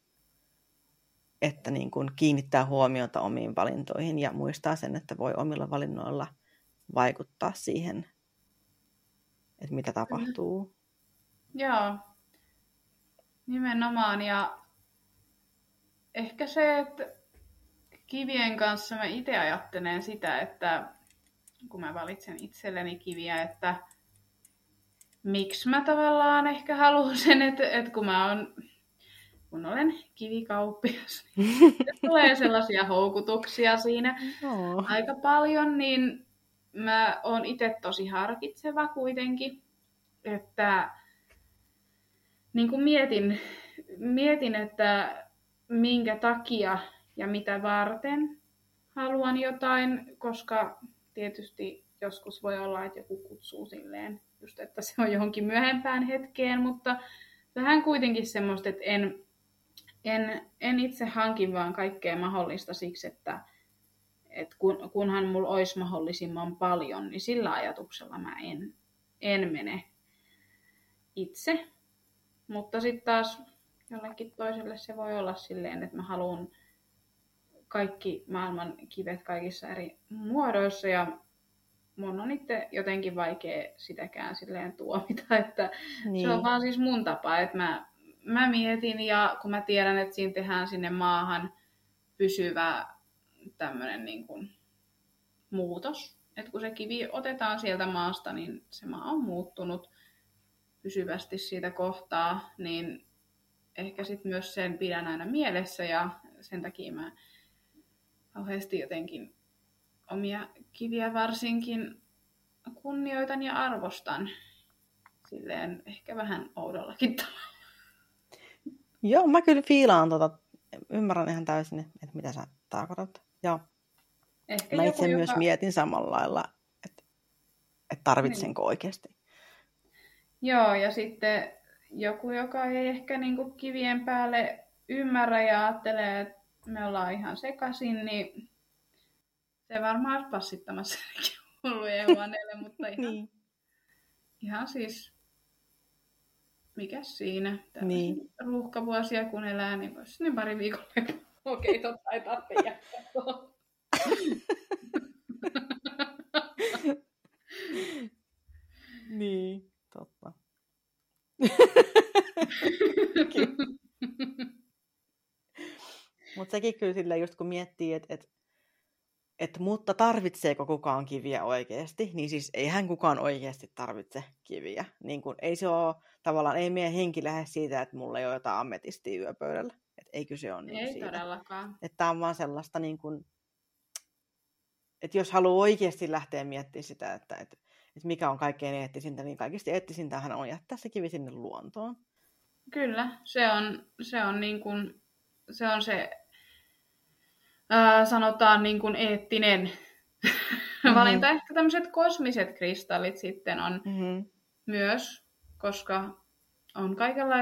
että niin kuin kiinnittää huomiota omiin valintoihin ja muistaa sen, että voi omilla valinnoilla vaikuttaa siihen, että mitä tapahtuu. Joo, nimenomaan. Ja ehkä se, että kivien kanssa mä itse ajattelen sitä, että kun mä valitsen itselleni kiviä, että miksi mä tavallaan ehkä haluan sen, että kun olen kivikauppias, niin tulee sellaisia houkutuksia siinä aika paljon, niin mä oon itse tosi harkitseva kuitenkin, että niin kuin mietin, että minkä takia ja mitä varten haluan jotain, koska tietysti joskus voi olla, että joku kutsuu silleen, just että se on johonkin myöhempään hetkeen, mutta vähän kuitenkin semmoista, että en itse hankin vaan kaikkea mahdollista siksi, että kunhan mulla olisi mahdollisimman paljon, niin sillä ajatuksella mä en mene itse. Mutta sitten taas jollekin toiselle se voi olla silleen, että mä haluan kaikki maailman kivet kaikissa eri muodoissa ja mun on itse jotenkin vaikea sitäkään silleen tuomita, että se on vaan siis mun tapa, että mä mietin ja kun mä tiedän, että siinä tehdään sinne maahan pysyvä tämmöinen niin kuin muutos, että kun se kivi otetaan sieltä maasta, niin se maa on muuttunut pysyvästi siitä kohtaa, niin ehkä sitten myös sen pidän aina mielessä ja sen takia mä kauheasti jotenkin omia kiviä varsinkin kunnioitan ja arvostan silleen ehkä vähän oudollakin tavalla. Joo, mä kyllä fiilaan ymmärrän ihan täysin, että mitä sä tarkoitat. Ja Ehkä mä joku, itse myös joka... mietin samalla lailla, että tarvitsenko oikeasti. Joo, ja sitten joku, joka ei ehkä niinku kivien päälle ymmärrä ja ajattelee, että me ollaan ihan sekaisin, niin se varmaan olisi passittamassa hullujen huoneelle, mutta Niin. ihan siis, mikäs siinä, tällaisia Niin. ruuhkavuosia kun elää, niin voisi sinne pari viikolla. Okei, totta ei tarvitse jättää tuohon. Niin, totta. Mutta sekin kyllä silleen, just kun miettii, että mutta tarvitseeko kukaan kiviä oikeasti, niin siis eihän kukaan oikeasti tarvitse kiviä. Niin kun, ei se ole, tavallaan ei meidän henki lähde siitä, että mulla ei ole jotain ametistia yöpöydällä. Et ei kyse ole niin Ei siitä. todellakaan. Että tämä on vaan sellaista, niin kun, että jos haluaa oikeasti lähteä miettimään sitä, että mikä on kaikkein eettisintä, niin kaikista eettisintähän on jättää se kivi sinne luontoon. Kyllä, se on niin kuin, se on se sanotaan niin kuin eettinen valinta. Ehkä tämmöiset kosmiset kristallit sitten on myös, koska on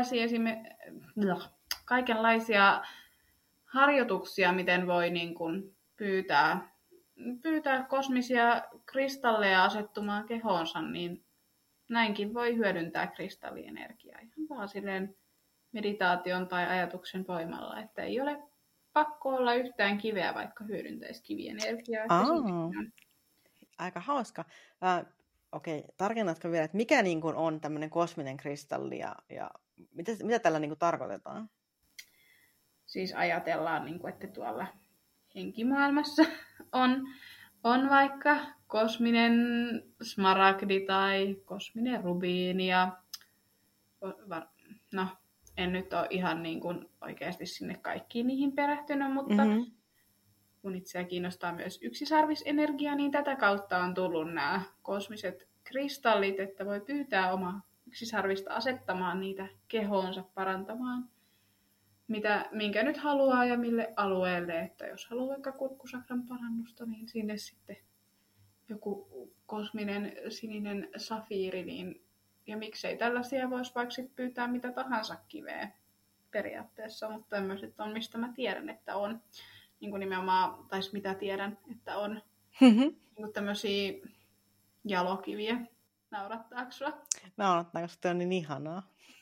kaikenlaisia harjoituksia, miten voi niin kuin pyytää kosmisia kristalleja asettumaan kehoonsa, niin näinkin voi hyödyntää kristallienergiaa ihan vaan silleen meditaation tai ajatuksen voimalla, että ei ole pakko olla yhtään kiveä, vaikka hyödyntäisi kivienergiaa. Aika hauska. Okei, tarkennatko vielä, että mikä niin kuin on tämmöinen kosminen kristalli ja mitä tällä niin kuin tarkoitetaan? Siis ajatellaan, niin kuin, että tuolla henkimaailmassa on vaikka kosminen smaragdi tai kosminen rubiini. No, en nyt ole ihan niin kuin oikeasti sinne kaikkiin niihin perehtynyt, mutta kun itseä kiinnostaa myös yksisarvisenergia, niin tätä kautta on tullut nämä kosmiset kristallit, että voi pyytää omaa yksisarvista asettamaan niitä kehoonsa parantamaan, minkä nyt haluaa ja mille alueelle. Että jos haluaa vaikka kurkkusakran parannusta, niin sinne sitten joku kosminen sininen safiiri, niin ja miksei tällaisia voisi vaikka sit pyytää mitä tahansa kiveä periaatteessa, mutta tämmöiset on, mistä mä tiedän, että on. Niin kuin nimenomaan, tai mitä tiedän, että on niin tämmöisiä jalokiviä. Naurattaako sua? Naurattaa, koska se on niin ihanaa.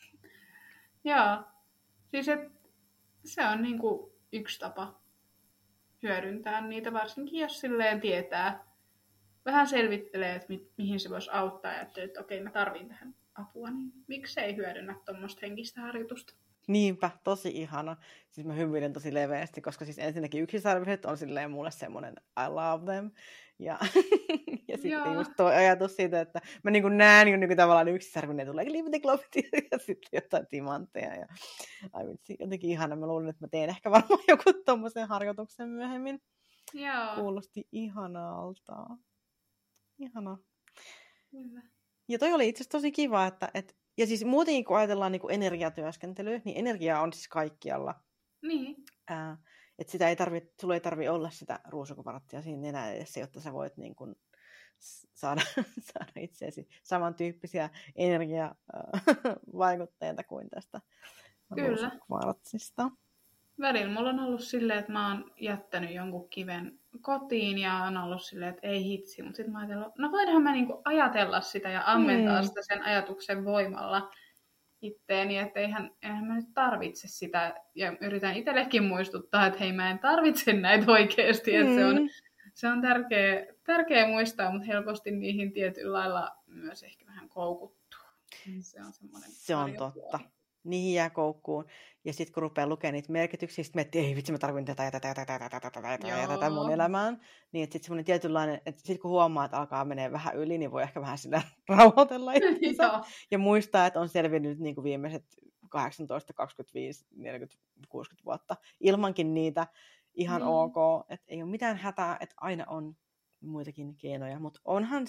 Joo. Siis se on niin kuin yksi tapa hyödyntää niitä, varsinkin jos silleen tietää, vähän selvittelee, että mihin se voisi auttaa ja että okei, mä tarvin tähän apua, niin miksei hyödynnä tuommoista henkistä harjoitusta. Niinpä, tosi ihana. Siis mä hymyilen tosi leveästi, koska siis ensinnäkin yksisarviset on silleen mulle semmoinen I love them. Ja sitten just tuo ajatus siitä, että mä niin kuin näen niin kuin tavallaan yksisarvinen tulee gliftiklofti ja sitten jotain timantteja. Ja ai vitsi, jotenkin ihana. Mä luulen, että mä teen ehkä varmaan joku tommosen harjoituksen myöhemmin. Joo. Kuulosti ihanalta. Ihana. Hyvä. Ja toi oli itse asiassa tosi kiva, että ja siis muutenkin kun ajatellaan niin kuin energiatyöskentelyä, niin energia on siis kaikkialla. Niin. Että sulla ei tarvitse olla sitä ruusukuparattia siinä nenän edessä, jotta sä voit niin kuin saada itseesi samantyyppisiä energiavaikutteita kuin tästä ruusukuparatsista. Välillä mulla on ollut silleen, että mä oon jättänyt jonkun kiven kotiin ja on ollut silleen, että ei hitsi. Mutta sitten mä ajatellut, no voidaanhan mä niinku ajatella sitä ja ammentaa sitä sen ajatuksen voimalla itteeni, että eihän mä nyt tarvitse sitä. Ja yritän itsellekin muistuttaa, että hei, mä en tarvitse näitä oikeasti. Että se on tärkeä muistaa, mutta helposti niihin tietyllä lailla myös ehkä vähän koukuttuu. Se on totta. Niihin jää koukkuun. Ja sitten kun rupeaa lukemaan niitä merkityksiä, sitten miettii, ei vitsi, mä tarvitsen tätä ja tätä mun elämään. Niin että sitten semmoinen tietynlainen, että sitten kun huomaa, että alkaa menee vähän yli, niin voi ehkä vähän sillä rauhoitella itsensä. Ja muistaa, että on selvinnyt niin kuin viimeiset 18, 25, 40, 60 vuotta ilmankin niitä. Ihan ok, että ei ole mitään hätää, että aina on muitakin keinoja. Mutta onhan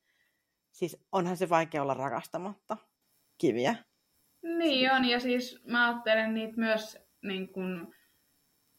onhan se vaikea olla rakastamatta kiviä. Niin on, ja siis mä ajattelen niitä myös niin kun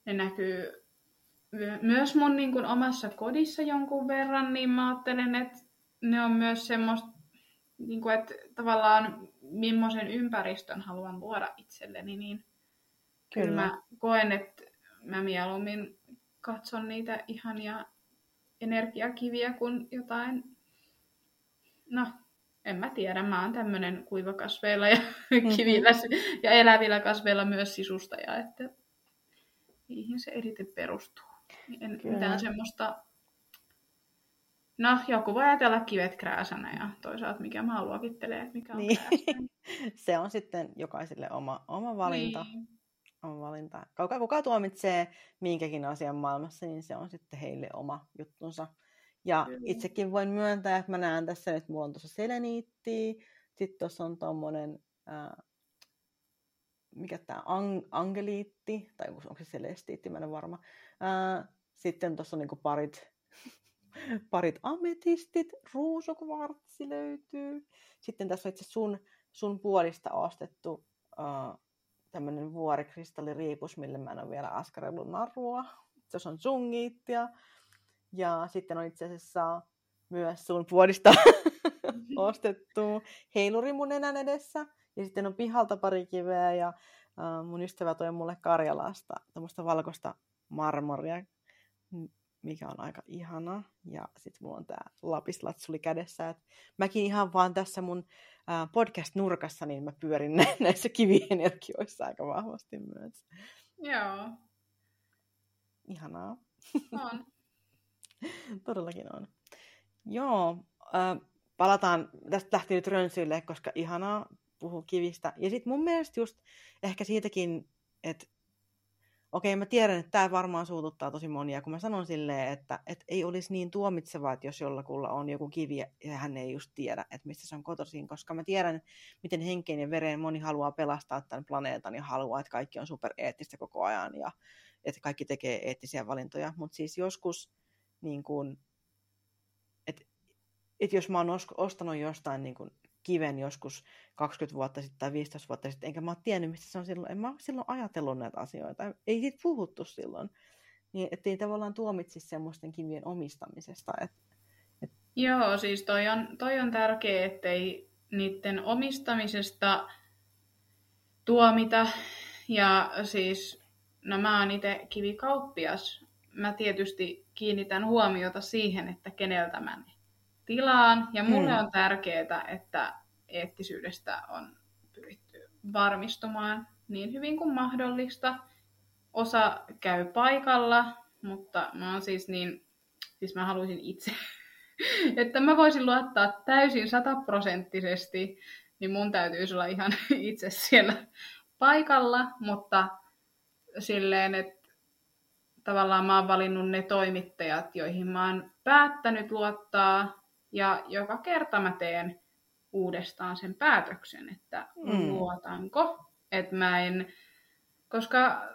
ne näkyy myös mun niin kuin omassa kodissa jonkun verran, niin mä ajattelen, että ne on myös semmoista, niin kuin, että tavallaan millaisen ympäristön haluan luoda itselleni, niin kyllä mä koen, että mä mieluummin katson niitä ihania energiakiviä kuin jotain, no en mä tiedä, mä oon tämmönen kuivakasveilla ja kivillä ja elävillä kasveilla myös sisustaja, että niihin se eniten perustuu. En mitään semmoista, no joku voi ajatella kivet krääsänä ja toisaalta mikä maa luokittelee, että mikä on krääsänä. Se on sitten jokaiselle oma valinta. Niin. Oma valinta. Kuka tuomitsee minkäkin asian maailmassa, niin se on sitten heille oma juttunsa. Ja itsekin voin myöntää, että mä näen tässä, että mulla on tuossa seleniittiä, sitten tuossa on tommonen, mikä tää angeliitti, tai onko se celestiitti, mä en ole varma. Sitten tuossa on niinku parit ametistit, ruusukvartsi löytyy. Sitten tässä on itse sun puolista ostettu tämmönen vuorikristalliriipus, mille mä en ole vielä askarellut narua. Tuossa on zungiittia. Ja sitten on itse asiassa myös sun puolista ostettu heiluri mun nenän edessä. Ja sitten on pihalta pari kiveä ja mun ystävä toi mulle Karjalasta tämmöistä valkoista marmoria, mikä on aika ihana. Ja sitten mulla on tää lapislatsuli kädessä. Et mäkin ihan vaan tässä mun podcast-nurkassa, niin mä pyörin näissä kivienergioissa aika vahvasti myös. Joo. Ihanaa. On. Todellakin on. Joo, palataan, tästä lähti nyt rönsyille, koska ihanaa puhua kivistä. Ja sitten mun mielestä just ehkä siitäkin, että okei, mä tiedän, että tämä varmaan suututtaa tosi monia, kun mä sanon silleen, että ei olisi niin tuomitsevaa, että jos jollakulla on joku kivi ja hän ei just tiedä, että mistä se on kotoisin, koska mä tiedän, miten henkeen ja vereen moni haluaa pelastaa tämän planeetan ja haluaa, että kaikki on supereettistä koko ajan ja että kaikki tekee eettisiä valintoja, mutta siis joskus niin kuin, että jos mä oon ostanut jostain niin kuin kiven joskus 20 vuotta sitten tai 15 vuotta sitten, enkä mä oon tiennyt, mistä se on silloin, en mä ole silloin ajatellut näitä asioita, ei siitä puhuttu silloin, niin ettei tavallaan tuomitsisi semmoisten kivien omistamisesta. Joo, siis toi on tärkeää, ettei niiden omistamisesta tuomita, ja siis, no mä oon itse kivikauppias, mä tietysti kiinnitän huomiota siihen, että keneltä mä ne tilaan. Ja mulle on tärkeää, että eettisyydestä on pyritty varmistumaan niin hyvin kuin mahdollista. Osa käy paikalla, mutta mä oon siis mä haluaisin itse, että mä voisin luottaa täysin 100%, niin mun täytyisi olla ihan itse siellä paikalla, mutta silleen, että tavallaan mä oon valinnut ne toimittajat, joihin mä oon päättänyt luottaa, ja joka kerta mä teen uudestaan sen päätöksen, että luotanko, että mä en, koska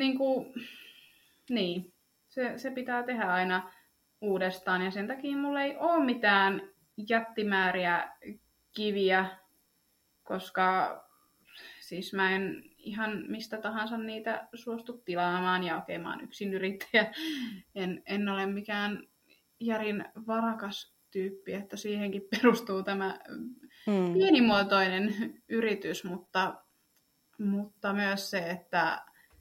se pitää tehdä aina uudestaan, ja sen takia mulla ei ole mitään jättimääriä kiviä, koska siis mä en ihan mistä tahansa niitä suostu tilaamaan, ja okei, mä oon yksinyrittäjä, en ole mikään järin varakas tyyppi, että siihenkin perustuu tämä pienimuotoinen yritys, mutta myös se, että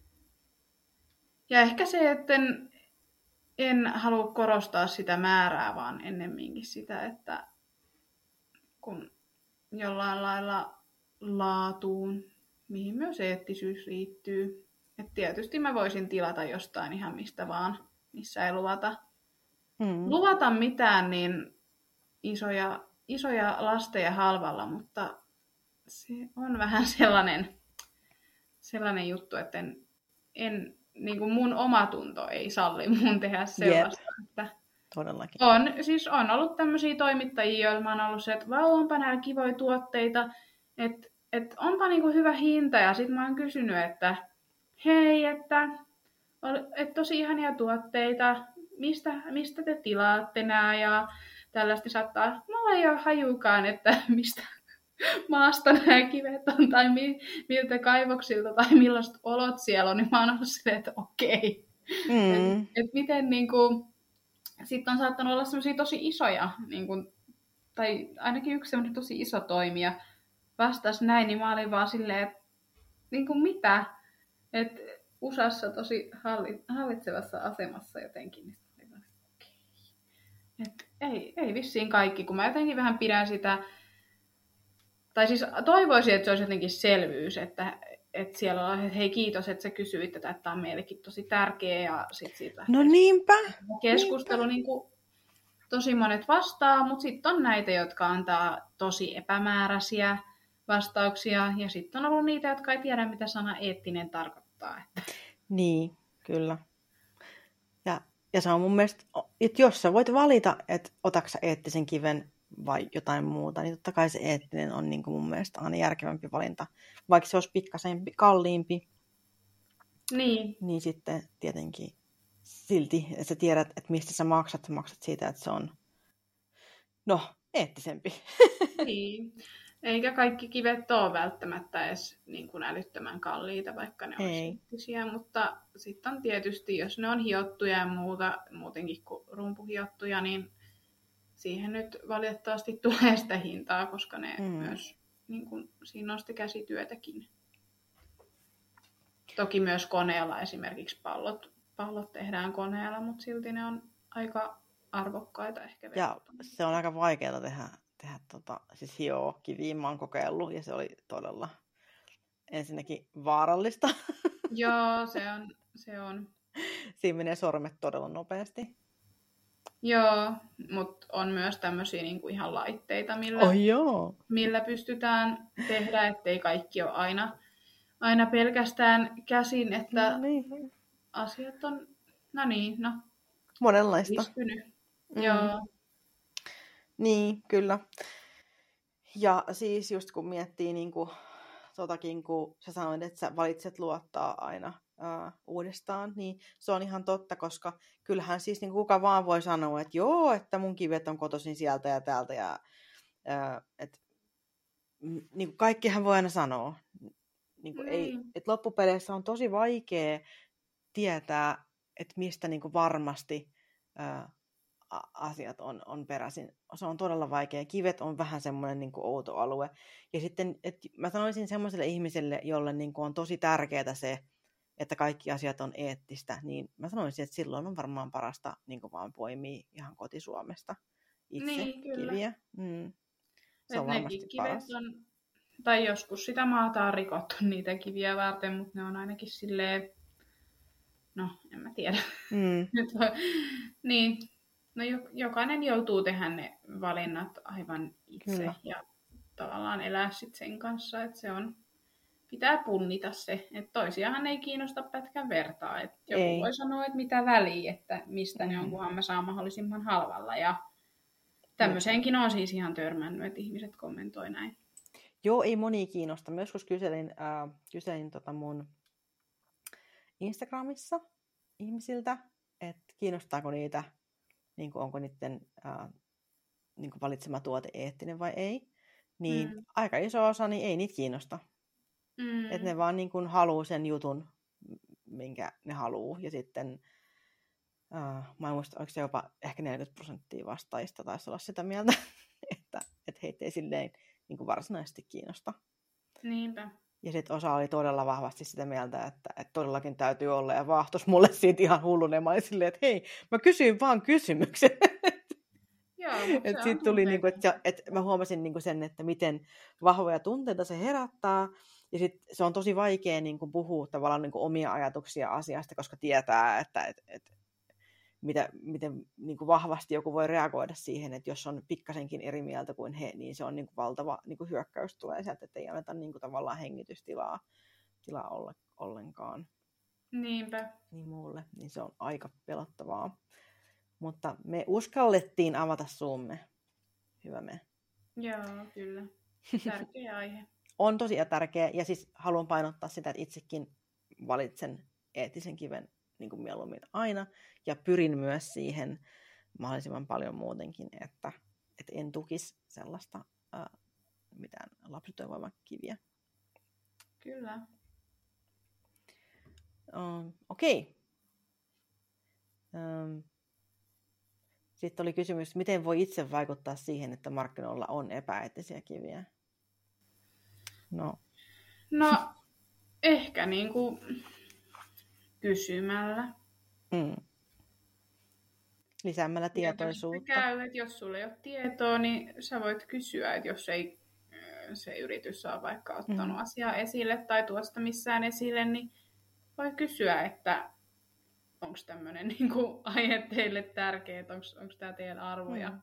ja ehkä se, että en halua korostaa sitä määrää, vaan ennemminkin sitä, että kun jollain lailla laatuun, mihin myös eettisyys liittyy. Et tietysti mä voisin tilata jostain ihan mistä vaan, missä ei luvata mitään niin isoja lasteja halvalla, mutta se on vähän sellainen juttu, että en niin kuin mun omatunto ei salli mun tehdä sellaista. Että todellakin. On ollut tämmöisiä toimittajia, joilla mä oon ollut se, että onpa nämä kivoja tuotteita, että onpa niinku hyvä hinta, ja sitten mä oon kysynyt, että hei, että tosi ihania tuotteita, mistä te tilaatte nää, ja tällaista saattaa, mulla ei ole hajukaan, että maasta nämä kivet on, tai miltä kaivoksilta, tai millaiset olot siellä on, niin mä oon ollut silleen, että okei. Et miten niinku, sitten on saattanut olla semmoisia tosi isoja, niinku, tai ainakin yksi semmoinen tosi iso toimija vastasi näin, niin mä olin vaan silleen, että niinku mitä? Että USAssa tosi hallitsevassa asemassa jotenkin. Et ei vissiin kaikki, kun mä jotenkin vähän pidän sitä, tai siis toivoisin, että se olisi jotenkin selvyys, että siellä on, että hei kiitos, että sä kysyit tätä, että tämä on meillekin tosi tärkeä, ja sitten siitä No niinpä. keskustelu niin kuin, tosi monet vastaa, mutta sitten on näitä, jotka antaa tosi epämääräisiä vastauksia, ja sitten on ollut niitä, jotka ei tiedä, mitä sana eettinen tarkoittaa. Niin, kyllä. Ja se on mun mielestä, että jos sä voit valita, että otatko sä eettisen kiven vai jotain muuta, niin totta kai se eettinen on niin kuin mun mielestä aina järkevämpi valinta. Vaikka se olisi pikkasen kalliimpi, niin sitten tietenkin silti, että sä tiedät, että mistä sä maksat siitä, että se on eettisempi. Niin. Eikä kaikki kivet ole välttämättä edes niin kuin älyttömän kalliita, vaikka ne olisi eettisiä, mutta sitten on tietysti, jos ne on hiottuja ja muutenkin kuin rumpuhiottuja, niin siihen nyt valitettavasti tulee sitä hintaa, koska ne myös, niin kuin, siinä on sitä käsityötäkin. Toki myös koneella esimerkiksi pallot tehdään koneella, mutta silti ne on aika arvokkaita ehkä. Ja se on aika vaikeaa tehdä siis hioa kiviin. Mä oon kokeillut ja se oli todella ensinnäkin vaarallista. Joo, se on. Siinä menee sormet todella nopeasti. Joo, mutta on myös tämmöisiä niinku ihan laitteita, millä pystytään tehdä, ettei kaikki ole aina pelkästään käsin, että asiat on, monenlaista. Joo. Niin, kyllä. Ja siis just kun miettii niinku, kun sä sanoit, että sä valitset luottaa aina uudestaan, niin se on ihan totta, koska kyllähän siis niin kuka vaan voi sanoa, että joo, että mun kivet on kotoisin sieltä ja täältä, ja että niin kaikkihan voi aina sanoa. Että loppupeleissä on tosi vaikea tietää, että mistä niin varmasti asiat on peräisin. Se on todella vaikea. Kivet on vähän semmoinen niin outo alue. Ja sitten, että mä sanoisin semmoiselle ihmiselle, jolle niin on tosi tärkeää se, että kaikki asiat on eettistä, niin mä sanoisin, että silloin on varmaan parasta niin vaan poimia ihan kotisuomesta itse kiviä. Se on varmasti paras. Tai joskus sitä maata on rikottu niitä kiviä varten, mutta ne on ainakin silleen, en mä tiedä. Niin. No jokainen joutuu tehdä ne valinnat aivan itse ja tavallaan elää sitten sen kanssa, että se on, pitää punnita se, että toisiahan ei kiinnosta pätkän vertaa. Että joku voi sanoa, että mitä väliä, että mistä ne on, kunhan mä saan mahdollisimman halvalla. Ja tämmöiseenkin on siis ihan törmännyt, että ihmiset kommentoi näin. Joo, ei moni kiinnosta. Myös kun kyselin mun Instagramissa ihmisiltä, että kiinnostaako niitä, niin kuin onko niiden niin kuin valitsema tuote eettinen vai ei, niin aika iso osa niin ei niitä kiinnosta. Että ne vaan niin kuin haluaa sen jutun, minkä ne haluaa. Ja sitten, mä en muista, oliko se jopa ehkä 40% vastaajista taisi olla sitä mieltä, että heitä ei silleen niin kuin varsinaisesti kiinnosta. Niinpä. Ja sitten osa oli todella vahvasti sitä mieltä, että todellakin täytyy olla, ja vaahtos mulle siitä ihan hulluna. Mä olin silleen, että hei, mä kysyin vaan kysymyksen. Sitten tuli, niinku, että mä huomasin niinku sen, että miten vahvoja tunteita se herättää. Ja sitten se on tosi vaikea niinku puhua tavallaan niinku omia ajatuksia asiasta, koska tietää, että miten niinku vahvasti joku voi reagoida siihen, että jos on pikkasenkin eri mieltä kuin he, niin se on niinku valtava niinku hyökkäys tulee sieltä, että ei anneta niinku tavallaan hengitystilaa ollenkaan. Niinpä. Niin mulle, niin se on aika pelottavaa. Mutta me uskallettiin avata suumme. Hyvä me. Joo, kyllä. Tärkeä aihe. On tosi tärkeä, ja siis haluan painottaa sitä, että itsekin valitsen eettisen kiven niin kuin mieluummin aina, ja pyrin myös siihen mahdollisimman paljon muutenkin, että en tukisi sellaista mitään lapsitoivoimakiviä. Kyllä. Okei. Sitten oli kysymys, miten voi itse vaikuttaa siihen, että markkinoilla on epäeettisiä kiviä? No ehkä niinku kysymällä. Lisäämällä tietoisuutta. Käy, että jos sulla ei ole tietoa, niin sä voit kysyä, että jos ei se yritys ole vaikka ottanut asiaa esille tai tuosta missään esille, niin voi kysyä, että onko tämmöinen niinku aihe teille tärkeä, että onko tämä teidän arvoja.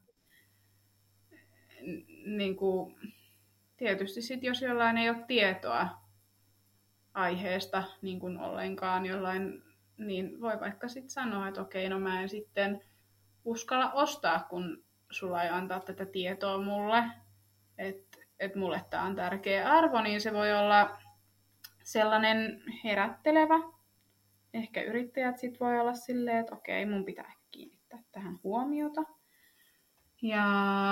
Niinku, tietysti sit, jos jollain ei ole tietoa aiheesta niin kuin ollenkaan jollain, niin voi vaikka sitten sanoa, että okei, no mä en sitten uskalla ostaa, kun sulla ei antaa tätä tietoa mulle, että mulle tämä on tärkeä arvo, niin se voi olla sellainen herättelevä. Ehkä yrittäjät sitten voi olla silleen, että okei, mun pitää ehkä kiinnittää tähän huomiota. Ja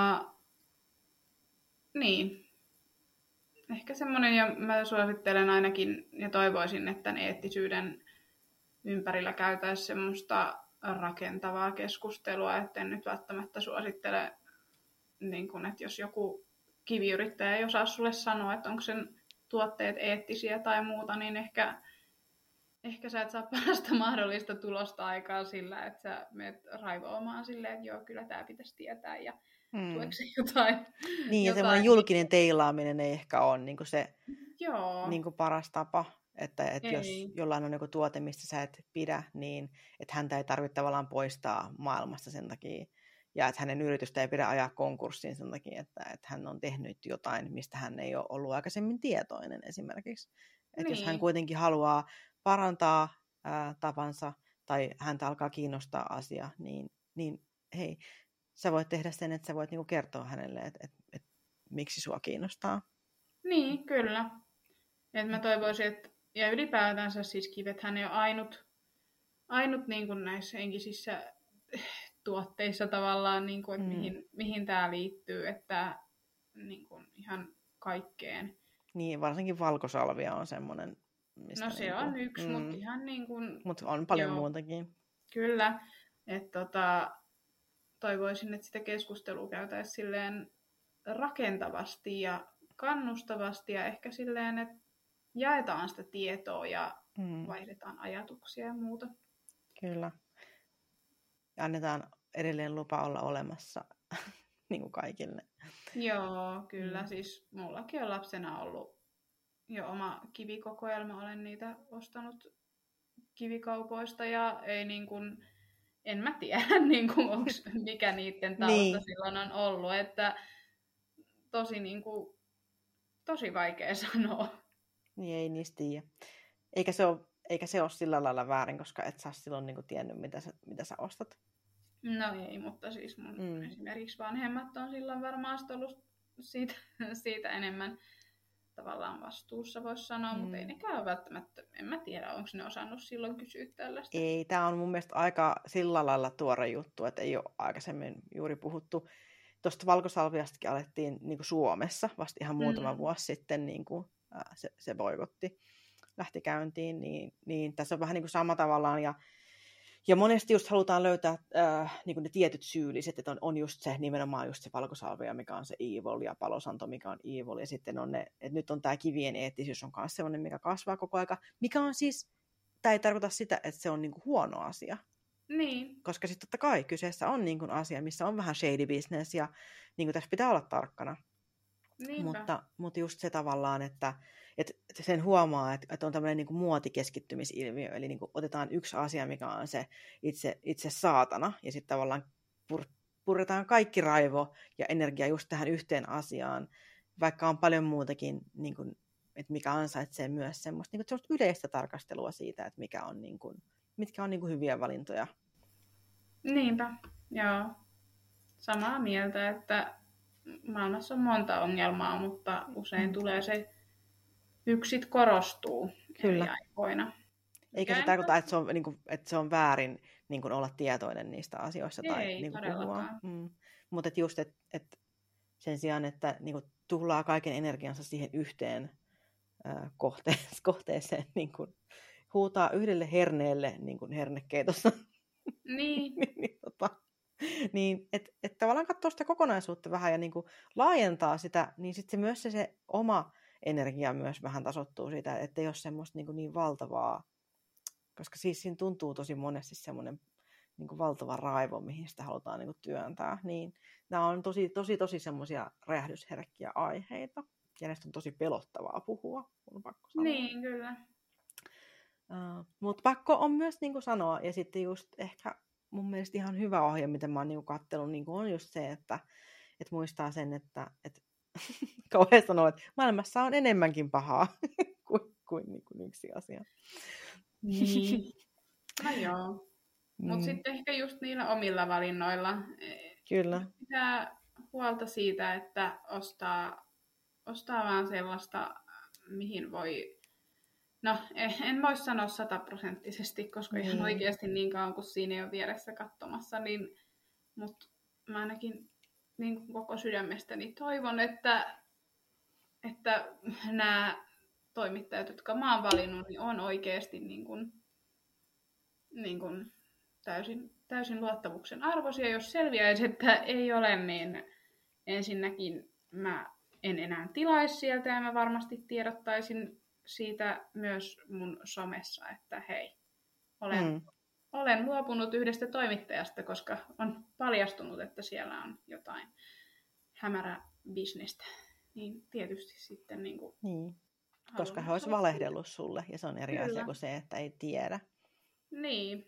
niin, ehkä semmoinen, ja mä suosittelen ainakin ja toivoisin, että tämän eettisyyden ympärillä käytäisiin semmoista rakentavaa keskustelua, että en nyt välttämättä suosittele, niin kun, että jos joku kiviyrittäjä ei osaa sulle sanoa, että onko sen tuotteet eettisiä tai muuta, niin ehkä sä et saa parasta mahdollista tulosta aikaa sillä, että sä menet raivoamaan silleen, että joo, kyllä tämä pitäisi tietää ja tueeko se jotain. Niin, ja semmoinen julkinen teilaaminen ei ehkä ole niin kuin se niin kuin paras tapa. Että jos jollain on joku tuote, mistä sä et pidä, niin että häntä ei tarvitse tavallaan poistaa maailmasta sen takia. Ja että hänen yritystä ei pidä ajaa konkurssiin sen takia, että hän on tehnyt jotain, mistä hän ei ole ollut aikaisemmin tietoinen esimerkiksi. Että jos hän kuitenkin haluaa parantaa tapansa tai häntä alkaa kiinnostaa asia, niin hei, sä voit tehdä sen, että sä voit niinku kertoa hänelle, että miksi sua kiinnostaa. Niin, kyllä. Et mä toivoisin, että ja ylipäätänsä siis kivethän ei ole ainut niin kuin näissä henkisissä tuotteissa tavallaan, niin kuin, että mihin tämä liittyy, että niin kuin ihan kaikkeen. Niin, varsinkin valkosalvia on semmoinen. No se on yksi, mutta ihan niin kuin... Mutta on paljon muutakin. Kyllä, että toivoisin, että sitä keskustelua käytäisiin silleen rakentavasti ja kannustavasti ja ehkä silleen, että jaetaan sitä tietoa ja vaihdetaan ajatuksia ja muuta. Kyllä. Ja annetaan edelleen lupa olla olemassa niin kuin kaikille. Joo, kyllä. Siis mullakin on lapsena ollut jo oma kivikokoelma. Olen niitä ostanut kivikaupoista ja ei niin kuin, en mä tiedä niin kuin, mikä niiden tausta silloin on ollut. Että tosi vaikea sanoa. Niin ei niistä tiedä. Eikä se ole sillä lailla väärin, koska et sä silloin niin kuin tiennyt, mitä sä ostat. No ei, mutta siis mun esimerkiksi vanhemmat on silloin varmaan ollut siitä enemmän tavallaan vastuussa, voisi sanoa, mutta ei nekään välttämättä, en mä tiedä, onko ne osannut silloin kysyä tällaista. Ei, tämä on mun mielestä aika sillä lailla tuore juttu, että ei ole aikaisemmin juuri puhuttu. Tuosta valkosalviastakin alettiin niin kuin Suomessa vasta ihan muutama vuosi sitten, niin kuin, se boikotti lähti käyntiin, niin tässä on vähän niin kuin sama tavallaan, ja monesti just halutaan löytää niin kuin ne tietyt syylliset, että on just se nimenomaan just se valkosalvia, mikä on se evil, ja palosanto, mikä on evil, ja sitten on ne, että nyt on tämä kivien eettisyys on myös sellainen, mikä kasvaa koko aika, mikä on siis, tämä ei tarkoita sitä, että se on niin kuin huono asia. Niin. Koska sitten totta kai kyseessä on niin kuin asia, missä on vähän shady business, ja niin kuin tässä pitää olla tarkkana. Mutta just se tavallaan, että sen huomaa, että on tämmöinen niin kuin muotikeskittymisilmiö, eli niin kuin otetaan yksi asia, mikä on se itse saatana, ja sitten tavallaan puretaan kaikki raivo ja energia just tähän yhteen asiaan, vaikka on paljon muutakin, niin kuin, että mikä ansaitsee myös semmoista yleistä tarkastelua siitä, että mitkä on niin kuin hyviä valintoja. Niinpä, joo. Samaa mieltä, että maailmassa on monta ongelmaa, mutta usein tulee se yksit korostuu eri aikoina. Eikä se tarkoita, että se on väärin niin kuin olla tietoinen niistä asioista tai ei niin kuin puhua. Mutta just, että sen sijaan, että niin kuin tuhlaa kaiken energiansa siihen yhteen kohteeseen, niin kuin huutaa yhdelle herneelle niin kuin hernekeitossa. Niin. Niin, että tavallaan katsoo sitä kokonaisuutta vähän ja niin kuin laajentaa sitä, niin sitten myös se oma energia myös vähän tasoittuu siitä, ettei ole semmoista niin valtavaa, koska siis siinä tuntuu tosi monesti semmoinen niin kuin valtava raivo, mihin sitä halutaan niin kuin työntää. Niin nämä on tosi semmoisia räjähdysherkkiä aiheita, ja näistä on tosi pelottavaa puhua, on pakko sanoa. Niin, kyllä. Mutta pakko on myös niin kuin sanoa, ja sitten just ehkä mun mielestä ihan hyvä ohje, mitä mä oon niin katsellut, niin on just se, että muistaa sen, että kauhean sanoo, että maailmassa on enemmänkin pahaa kuin yksi asia. Niin. No joo. Mutta sitten ehkä just niillä omilla valinnoilla. Kyllä. Pitää huolta siitä, että ostaa vaan sellaista, mihin voi... No, en voi sanoa 100%, koska ihan oikeasti niin kauan kuin siinä ei ole vieressä katsomassa, niin, mutta mä ainakin niin koko sydämestäni toivon, että nämä toimittajat, jotka mä oon valinnut, niin on oikeasti niin kuin täysin luottamuksen arvoisia. Jos selviäisi, että ei ole, niin ensinnäkin mä en enää tilaisi sieltä ja mä varmasti tiedottaisin siitä myös mun somessa, että hei, olen luopunut yhdestä toimittajasta, koska on paljastunut, että siellä on jotain hämärää bisnestä. Niin tietysti sitten niin. Koska he olisivat valehdellut sulle, ja se on eri asia kuin se, että ei tiedä. Niin.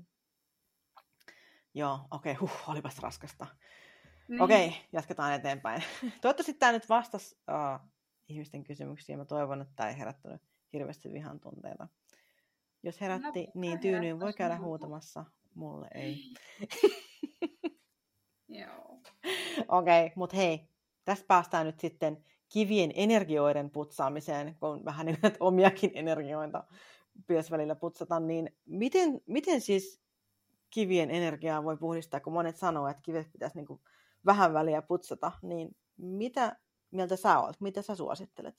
Joo, okei, olipas raskasta. Niin. Okei, jatketaan eteenpäin. Toivottavasti tämä nyt vastasi ihmisten kysymyksiä. Mä toivon, että tämä ei herättänyt hirveästi vihan tunteita. Jos herätti, niin tyynyyn voi käydä huutamassa. Mulle ei. Joo. Okei, mutta hei, tästä päästään nyt sitten kivien energioiden putsaamiseen, kun vähän niin kuin omiakin energioita pitäisi välillä putsata, niin miten siis kivien energiaa voi puhdistaa, kun monet sanoo, että kivet pitäisi niin kuin vähän väliä putsata, niin mitä mieltä sä oot? Mitä sä suosittelet?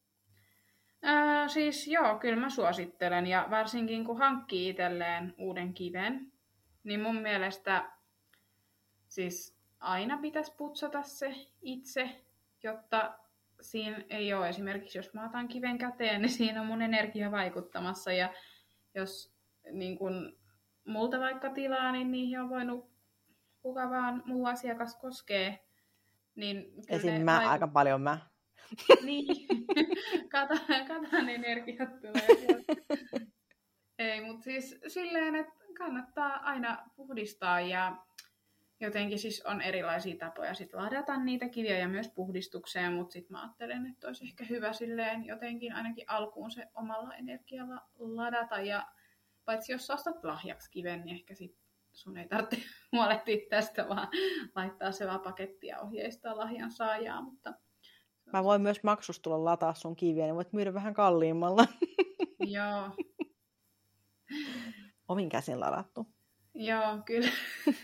Siis joo, kyllä mä suosittelen, ja varsinkin kun hankkii itselleen uuden kiven, niin mun mielestä siis aina pitäisi putsata se itse, jotta siinä ei ole esimerkiksi, jos mä otan kiven käteen, niin siinä on mun energia vaikuttamassa, ja jos niin kun multa vaikka tilaa, niin niihin on voinut kuka vaan muu asiakas koskee. Niin esim. Aika paljon mä. Niin, katan energiat tulee. Ei, mutta siis silleen, että kannattaa aina puhdistaa ja jotenkin siis on erilaisia tapoja sit ladata niitä kiviä ja myös puhdistukseen, mutta sitten mä ajattelen, että olisi ehkä hyvä silleen jotenkin ainakin alkuun se omalla energialla ladata ja paitsi jos ostat lahjaksi kiven, niin ehkä sit sun ei tarvitse huolehtia tästä, vaan laittaa se vaan pakettia ja ohjeistaa lahjan saajaa, mutta mä voin myös maksustulla lataa sun kiviä, niin voit myydä vähän kalliimmalla. Joo. Omin käsin ladattu. Joo, kyllä.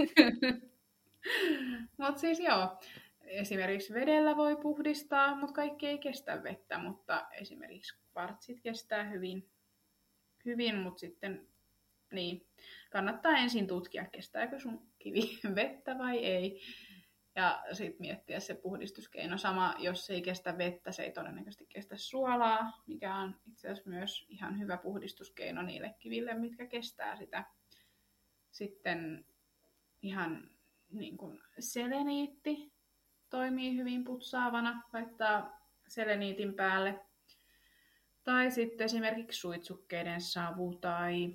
Mutta siis joo, esimerkiksi vedellä voi puhdistaa, mutta kaikki ei kestä vettä, mutta esimerkiksi kvartsit kestää hyvin, mutta sitten niin, kannattaa ensin tutkia, kestääkö sun kivi vettä vai ei. Ja sitten miettiä se puhdistuskeino. Sama, jos se ei kestä vettä, se ei todennäköisesti kestä suolaa, mikä on itse asiassa myös ihan hyvä puhdistuskeino niille kiville, mitkä kestää sitä. Sitten ihan niin kuin seleniitti toimii hyvin putsaavana, laittaa seleniitin päälle. Tai sitten esimerkiksi suitsukkeiden savu tai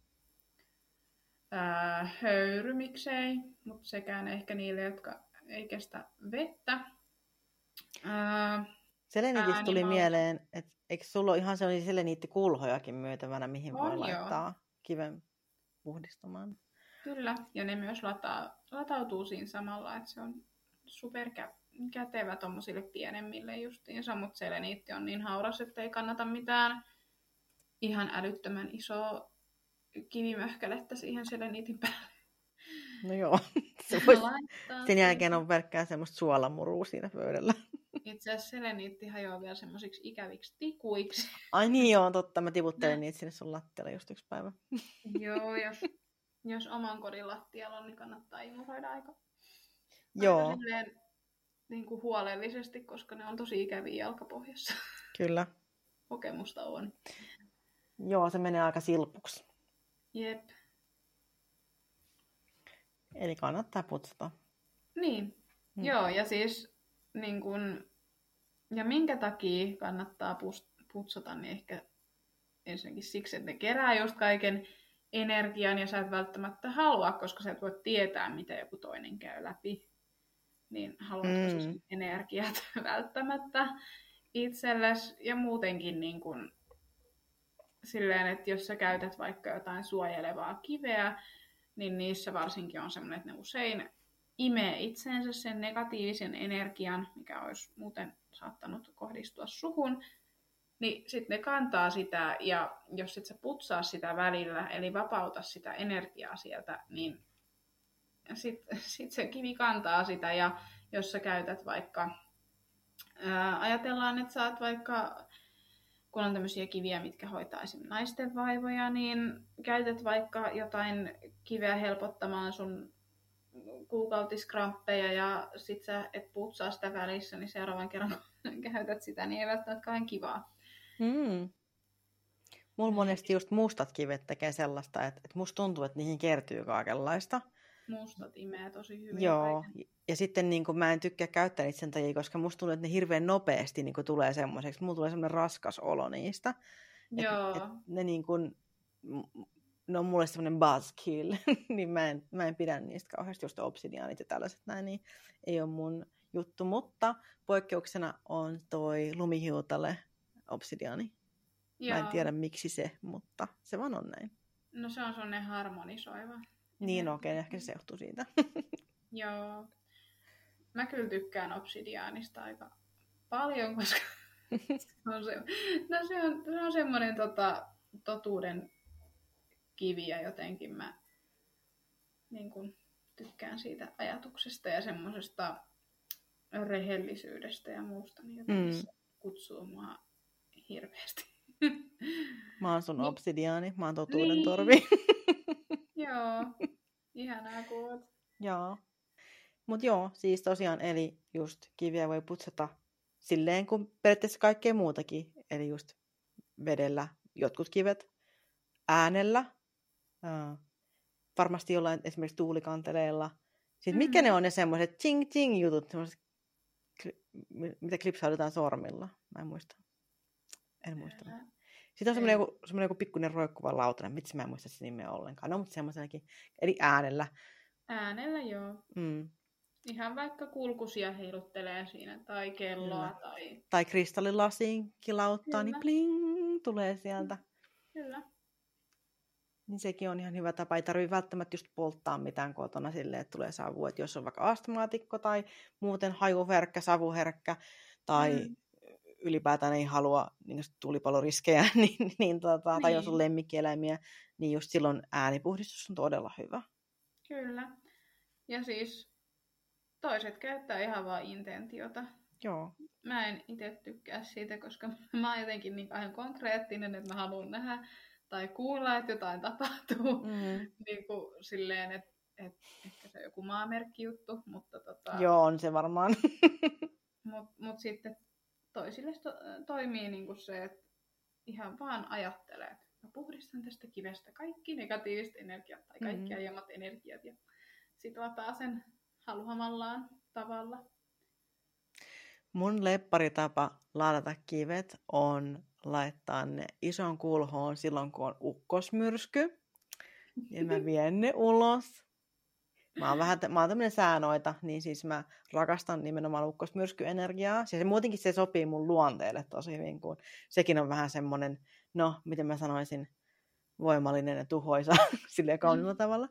höyry, miksei, mutta sekään ehkä niille, jotka ei kestä vettä. Seleniitistä tuli mieleen, että eikö sulla ole ihan sellaisia seleniittikulhojakin myytävänä, mihin voi laittaa kiven puhdistamaan? Kyllä, ja ne myös latautuu siinä samalla, että se on superkätevä tuommoisille pienemmille justiinsa, mutta seleniitti on niin hauras, että ei kannata mitään ihan älyttömän isoa kivimöhkälettä siihen seleniitin päälle. No joo, Laittaa sen jälkeen sinne. on pelkkää semmoista suolamurua siinä pöydällä. Itse asiassa seleniitti hajoaa vielä semmoisiksi ikäviksi tikuiksi. Ai niin joo, totta. Mä tiputtelin niitä sinne sun lattialle just yksi päivä. Joo, jos oman kodin lattialla on, niin kannattaa imuroida aika silleen, niin kuin huolellisesti, koska ne on tosi ikäviä jalkapohjassa. Kyllä. Kokemusta on. Joo, se menee aika silpuksi. Jep. Eli kannattaa putsata. Niin. Joo, ja siis niin kun, ja minkä takia kannattaa putsata, niin ehkä ensinnäkin siksi, että ne kerää just kaiken energian ja sä et välttämättä halua, koska sä et voi tietää, miten joku toinen käy läpi. Niin haluatko sä sen energiat välttämättä itsellesi ja muutenkin niin kun, silleen, että jos sä käytät vaikka jotain suojelevaa kiveä, niin niissä varsinkin on semmoinen, että ne usein imee itseensä sen negatiivisen energian, mikä olisi muuten saattanut kohdistua suhun, niin sitten ne kantaa sitä, ja jos et sä putsaa sitä välillä, eli vapauta sitä energiaa sieltä, niin sit se kivi kantaa sitä, ja jos sä käytät vaikka, ajatellaan, että sä oot vaikka, kun on tämmöisiä kiviä, mitkä hoitaa esimerkiksi naisten vaivoja, niin käytät vaikka jotain kiveä helpottamaan sun kuukautiskramppeja ja sit sä et putsaa sitä välissä, niin seuraavan kerran kun käytät sitä, niin ei välttämättä kauhean kivaa. Mulla monesti just mustat kivet tekee sellaista, että musta tuntuu, että niihin kertyy kaikenlaista. Mustat imee tosi hyvin. Joo, ja sitten niin kun mä en tykkää käyttää niitä sen takia, koska musta tuntuu, että ne hirveän nopeasti niin kun tulee semmoiseksi. Mulla tulee semmoinen raskas olo niistä. Joo. Et ne niin kun, ne on mulle semmoinen buzzkill, niin mä en pidä niistä kauheasti, just obsidianit ja tällaiset näin, niin ei ole mun juttu. Mutta poikkeuksena on toi lumihiutale obsidiani. Mä en tiedä miksi se, mutta se vaan on näin. No se on sellainen harmonisoiva. Niin okei, ehkä se johtuu siitä. Joo. Mä kyllä tykkään obsidiaanista aika paljon, koska se on semmoinen totuuden kivi ja jotenkin mä niin kun, tykkään siitä ajatuksesta ja semmoisesta rehellisyydestä ja muusta, niin jotenkin se kutsuu mua hirveästi. Mä oon sun obsidiaani, mä oon totuuden torvi. Joo, ihanaa kuulet. Joo. Mut joo, siis tosiaan, eli just kiviä voi putsata silleen kuin periaatteessa kaikkea muutakin. Eli just vedellä jotkut kivet, äänellä, varmasti jollain esimerkiksi tuulikanteleilla. Sitten mitkä ne on ne semmoiset ching jutut, semmoiset, mitä klipsaudutaan sormilla? Mä en muista. En muista. Sitten on semmoinen joku pikkuinen roikkuva lautanen. Miksi mä en muista sitä nimeä ollenkaan? No, mutta semmoisenakin. Eli äänellä. Äänellä, joo. Ihan vaikka kulkusia heiluttelee siinä, tai kelloa. Tai kristallilasiin kilauttaa, niin bling, tulee sieltä. Kyllä. Niin sekin on ihan hyvä tapa. Ei tarvitse välttämättä just polttaa mitään kotona silleen, että tulee savua. Että jos on vaikka astmaatikko tai muuten hajuherkkä, savuherkkä tai ylipäätään ei halua niin tulipaloriskejä, tai jos on lemmikkieläimiä, niin just silloin äänipuhdistus on todella hyvä. Kyllä. Ja siis toiset käyttää ihan vaan intentiota. Joo. Mä en itse tykkää siitä, koska mä oon jotenkin niin kauhean konkreettinen, että mä haluan nähdä tai kuulla, että jotain tapahtuu. Niin kuin silleen, että ehkä se on joku maamerkki juttu, mutta Joo, on se varmaan. Mut sitten toisille toimii niin kuin se, että ihan vaan ajattelee, että mä puhdistan tästä kivestä kaikki negatiiviset energiat tai kaikki aiemmat energiat ja sit lataa sen haluamallaan tavalla. Mun lepparitapa ladata kivet on laittaa ne ison kulhoon silloin, kun on ukkosmyrsky. Ja mä vien ne ulos. Mä oon tämmönen säänoita, niin siis mä rakastan nimenomaan ukkosmyrskyenergiaa. Se muutenkin se sopii mun luonteelle tosi hyvin, kun sekin on vähän semmonen, no, miten mä sanoisin, voimallinen ja tuhoisa silleen kauniilla tavalla.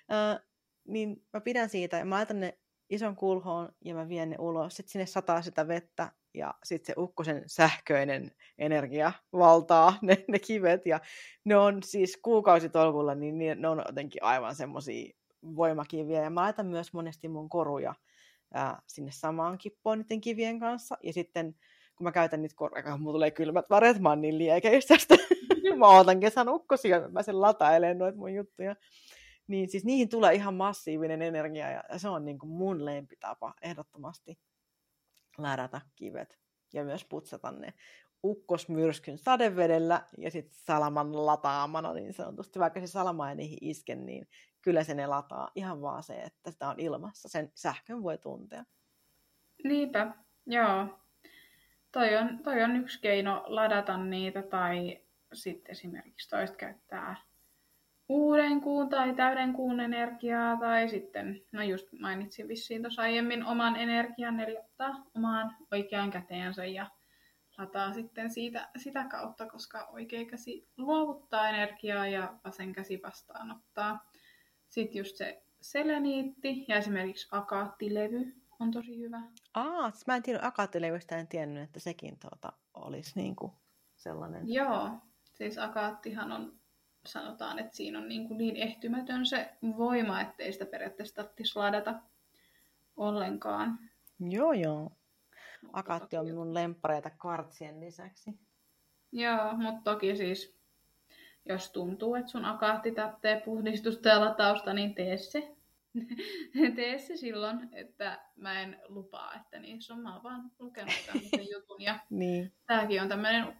Niin mä pidän siitä ja mä laitan ne ison kulhoon ja mä vien ne ulos. Sitten sinne sataa sitä vettä ja sitten se ukkosen sähköinen energia valtaa ne kivet. Ja ne on siis kuukausitolkulla, niin ne on jotenkin aivan semmosia voimakiviä. Ja mä laitan myös monesti mun koruja sinne samaan kippoon niiden kivien kanssa. Ja sitten kun mä käytän niitä koruja, mulla tulee kylmät väreet, mä oon niin liekeistä. Mä ootan kesän ukkosia, mä sen latailen noita mun juttuja. Niin siis niihin tulee ihan massiivinen energia ja se on niin kuin mun lempitapa ehdottomasti ladata kivet ja myös putsata ne ukkosmyrskyn sadevedellä ja sitten salaman lataamana niin sanotusti. Vaikka se salama ei niihin iske, niin kyllä se ne lataa ihan vaan se, että sitä on ilmassa. Sen sähkön voi tuntea. Niinpä, joo. Toi on yksi keino ladata niitä tai sitten esimerkiksi toista käyttää uuden kuun tai täyden kuun energiaa tai sitten, no just mainitsin vissiin tuossa aiemmin oman energian, eli ottaa omaan oikeaan käteensä ja lataa sitten sitä kautta, koska oikea käsi luovuttaa energiaa ja vasen käsi vastaanottaa. Sitten just se seleniitti ja esimerkiksi akaattilevy on tosi hyvä. Mä en tiedä akaattilevystä, en tiennyt, että sekin olisi niinku sellainen. Joo, siis akaattihan on, sanotaan, että siinä on niin ehtymätön se voima, ettei sitä periaatteessa tarvitsisi ladata ollenkaan. Joo. Akaatti on minun lemppareita kvartsien lisäksi. Joo, mutta toki siis, jos tuntuu, että sun akaatti tarvitsee puhdistusta ja latausta, niin tee se. Tee se silloin, että mä en lupaa, että niissä on. Mä oon vaan lukenut tämmöisen jutun. Ja niin. Tääkin on tämmöinen,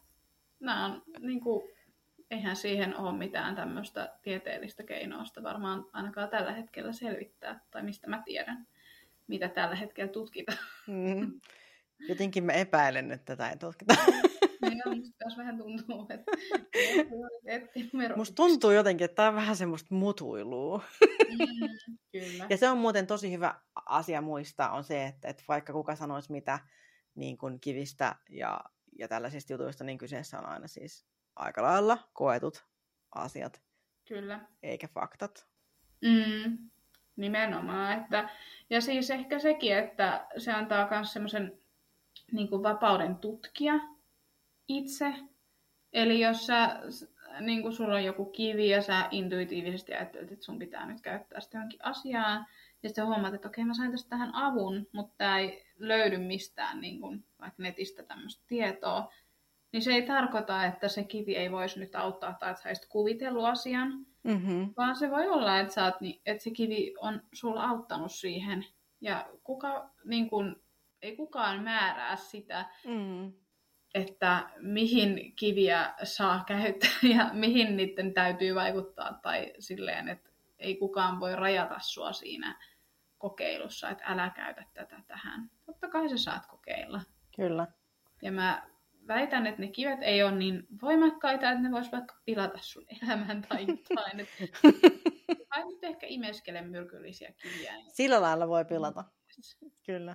eihän siihen ole mitään tämmöistä tieteellistä keinoista varmaan ainakaan tällä hetkellä selvittää, tai mistä mä tiedän, mitä tällä hetkellä tutkitaan. Jotenkin mä epäilen, että tätä ei tutkita. Musta taas vähän tuntuu, että musta tuntuu jotenkin, että tämä on vähän semmoista mutuilua. Kyllä. Ja se on muuten tosi hyvä asia muistaa, on se, että vaikka kuka sanoisi mitä niin kuin kivistä ja tällaisista jutuista, niin kyseessä on aina siis aika lailla koetut asiat. Kyllä. Eikä faktat. Nimenomaan. Ja siis ehkä sekin, että se antaa myös semmoisen niin kuin vapauden tutkia itse. Eli jos niin kuin sulla on joku kivi ja sä intuitiivisesti ajattelet, että sun pitää nyt käyttää sitä johonkin asiaan, ja sitten huomaat, että okei, mä sain tästä tähän avun, mutta tämä ei löydy mistään niin kuin vaikka netistä tämmöistä tietoa, niin se ei tarkoita, että se kivi ei voisi nyt auttaa tai että sä olisit kuvitellut asian, vaan se voi olla, että se kivi on sulla auttanut siihen. Ja ei kukaan määrää sitä, että mihin kiviä saa käyttää ja mihin niiden täytyy vaikuttaa. Tai silleen, että ei kukaan voi rajata sua siinä kokeilussa, että älä käytä tätä tähän. Totta kai sä saat kokeilla. Kyllä. Ja mä väitän, että ne kivet ei ole niin voimakkaita, että ne vois vaikka pilata sun elämän tai jotain. Vai nyt ehkä imeskele myrkyllisiä kiviä. Sillä lailla voi pilata. Kyllä.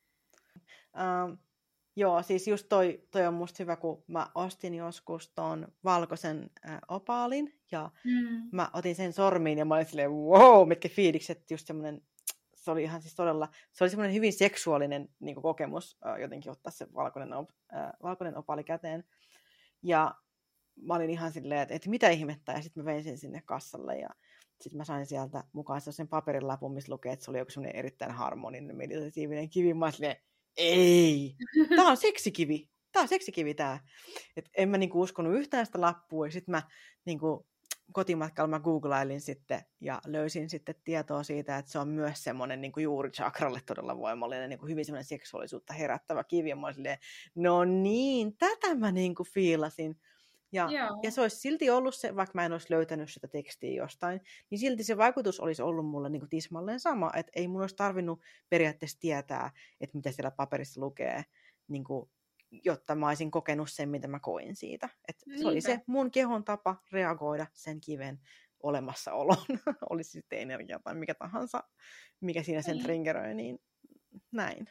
Joo, siis just toi on musta hyvä, kun mä ostin joskus ton valkoisen opaalin ja mä otin sen sormiin ja mä olin silleen, wow, mitkä fiilikset, just semmoinen, se oli ihan siis todella, se oli semmoinen hyvin seksuaalinen niin kuin kokemus jotenkin ottaa se valkoinen opaali käteen. Ja mä olin ihan silleen, että mitä ihmettä, ja sitten mä vein sen sinne kassalle ja sitten mä sain sieltä mukaan sen paperilapun, missä lukee, että se oli joku semmoinen erittäin harmoninen meditatiivinen kivi. Mä olin silleen, ei, tää on seksikivi. Et en mä niinku uskonut yhtään sitä lappua. Ja sitten mä niinku kotimatkalla mä googlailin sitten ja löysin sitten tietoa siitä, että se on myös semmoinen niinku juuri chakralle todella voimallinen, niinku hyvin semmoinen seksuaalisuutta herättävä kivi. Ja mä olin silleen, no niin, tätä mä niinku fiilasin. Ja se olisi silti ollut se, vaikka mä en olisi löytänyt sitä tekstiä jostain, niin silti se vaikutus olisi ollut mulle niin kuin tismalleen sama, että ei mun olisi tarvinnut periaatteessa tietää, että mitä siellä paperissa lukee, niin kuin, jotta mä olisin kokenut sen, mitä mä koin siitä. Että se oli se mun kehon tapa reagoida sen kiven olemassaoloon, olisi sitten energia tai mikä tahansa, mikä siinä sen triggeröi, niin näin.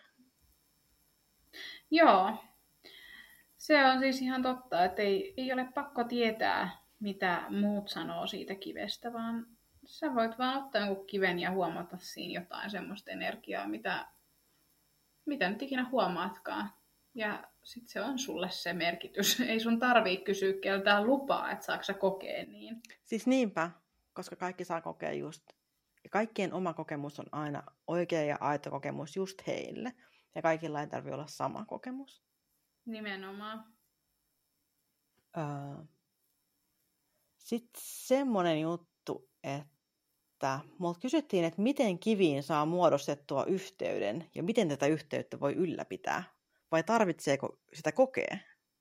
Joo. Se on siis ihan totta, että ei ole pakko tietää, mitä muut sanoo siitä kivestä, vaan sä voit vaan ottaa jonkun kiven ja huomata siinä jotain semmoista energiaa, mitä nyt ikinä huomaatkaan. Ja sitten se on sulle se merkitys. Ei sun tarvii kysyä keltään lupaa, että saako sä kokea niin. Siis niinpä, koska kaikki saa kokea just kaikkien oma kokemus on aina oikea ja aito kokemus just heille. Ja kaikilla ei tarvitse olla sama kokemus. Nimenomaan. Sitten semmoinen juttu, että multa kysyttiin, että miten kiviin saa muodostettua yhteyden ja miten tätä yhteyttä voi ylläpitää. Vai tarvitseeko sitä kokea?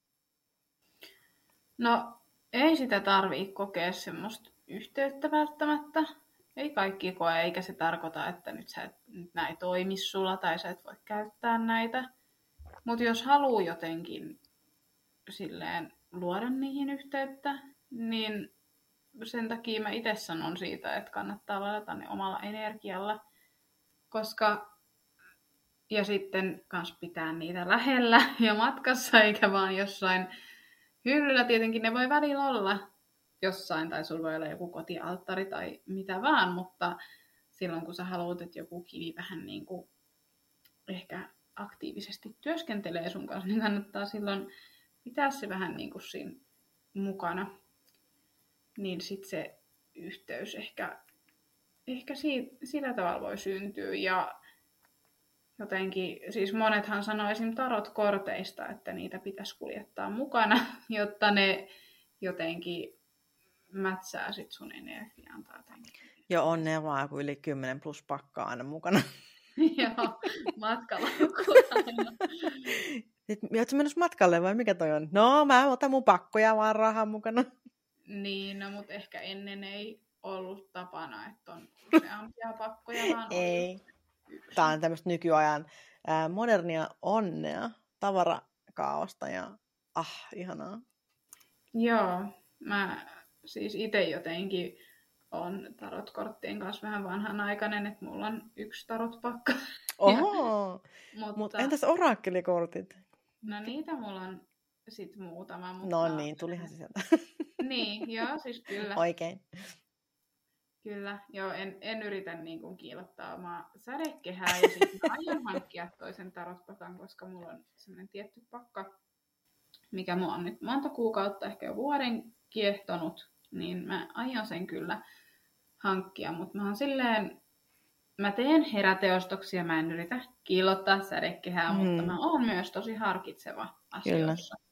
No, ei sitä tarvitse kokea semmoista yhteyttä välttämättä. Ei kaikki koe, eikä se tarkoita, että nyt nämä ei toimi sulla tai sä et voi käyttää näitä. Mutta jos haluaa jotenkin silleen luoda niihin yhteyttä, niin sen takia mä itse sanon siitä, että kannattaa ladata ne omalla energialla. Ja sitten kans pitää niitä lähellä ja matkassa, eikä vaan jossain hyllyllä. Tietenkin ne voi välillä olla jossain, tai sulla voi olla joku kotialttari tai mitä vaan, mutta silloin kun sä haluat, että joku kivi vähän niin kuin ehkä aktiivisesti työskentelee sun kanssa, niin kannattaa silloin pitää se vähän niin kuin siinä mukana. Niin sitten se yhteys ehkä sillä tavalla voi syntyä. Ja jotenkin, siis monethan sanoo esim. Tarot-korteista, että niitä pitäisi kuljettaa mukana, jotta ne jotenkin mätsää sit sun energiaan. Ja onnea vaan, kun yli 10 plus pakkaa aina mukana. Joo, matkalla aina. Oletko menossa matkalle vai mikä toi on? No, mä otan mun pakkoja vaan rahan mukana. Niin, no, mutta ehkä ennen ei ollut tapana, että on useampia pakkoja, vaan ei. Tämä on tämmöistä nykyajan modernia onnea, tavarakaaosta ja ihanaa. Joo, mä siis itse jotenkin on tarotkorttien kanssa vähän vanhanaikainen, että mulla on 1 tarotpakka. Oho, mutta entäs orakkelikortit? No niitä mulla on sit muutama. Mutta no niin, tulihan se sieltä. Niin, joo, siis kyllä. Oikein. Kyllä, joo, en yritä niin kuin kiilottaa omaa sädekehää ja sitten aion hankkia toisen tarotpakan, koska mulla on semmoinen tietty pakka, mikä mua on nyt monta kuukautta, ehkä jo vuoden kiehtonut, niin mä aion sen kyllä hankkia, mutta mä teen heräteostoksia, mä en yritä kiillottaa sädekehää, mutta mä oon myös tosi harkitseva asioissa. Kyllä.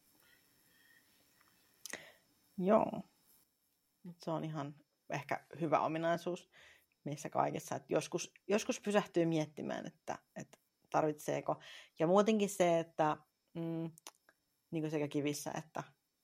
Joo, mutta se on ihan ehkä hyvä ominaisuus meissä kaikessa, että joskus pysähtyy miettimään, että tarvitseeko. Ja muutenkin se, että niin kuin sekä kivissä että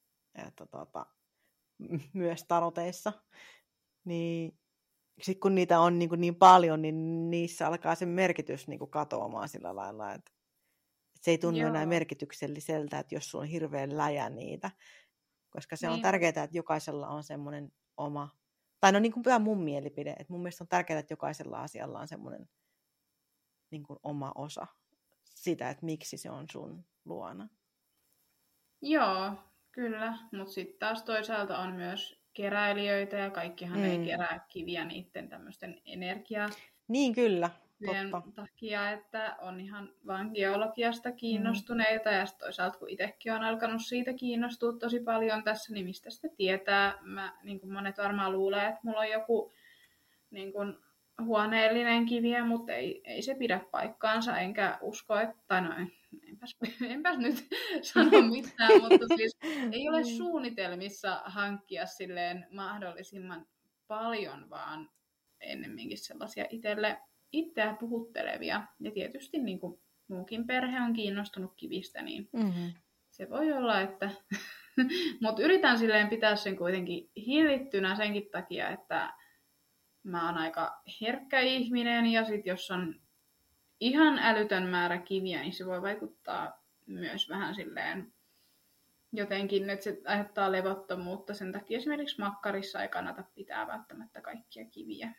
myös taroteissa, niin sitten kun niitä on niin paljon, niin niissä alkaa se merkitys niin kuin katoamaan sillä lailla, että se ei tunnu enää merkitykselliseltä, että jos sulla on hirveän läjä niitä, koska se on tärkeää, että jokaisella on semmoinen oma, tai no niin kuin mun mielipide, että mun mielestä on tärkeää, että jokaisella asialla on semmoinen niin kuin oma osa sitä, että miksi se on sun luona. Joo, kyllä, mutta sitten taas toisaalta on myös keräilijöitä ja kaikkihan ei kerää kiviä niiden tämmöisten energiaa. Niin kyllä, totta. Takia, että on ihan vaan geologiasta kiinnostuneita ja toisaalta kun itsekin on alkanut siitä kiinnostua tosi paljon tässä, niin mistä sitä tietää. Niin kuin monet varmaan luulee, että mulla on joku niin kuin huoneellinen kiviä, mutta ei se pidä paikkaansa, enkä usko, että enpäs nyt sano mitään, mutta siis ei ole suunnitelmissa hankkia silleen mahdollisimman paljon, vaan ennemminkin sellaisia itseä puhuttelevia. Ja tietysti niin kuin muukin perhe on kiinnostunut kivistä, niin se voi olla, että mutta yritän silleen pitää sen kuitenkin hillittynä senkin takia, että mä oon aika herkkä ihminen ja sit jos on ihan älytön määrä kiviä, niin se voi vaikuttaa myös vähän silleen jotenkin, että se aiheuttaa levottomuutta. Sen takia esimerkiksi makkarissa ei kannata pitää välttämättä kaikkia kiviä.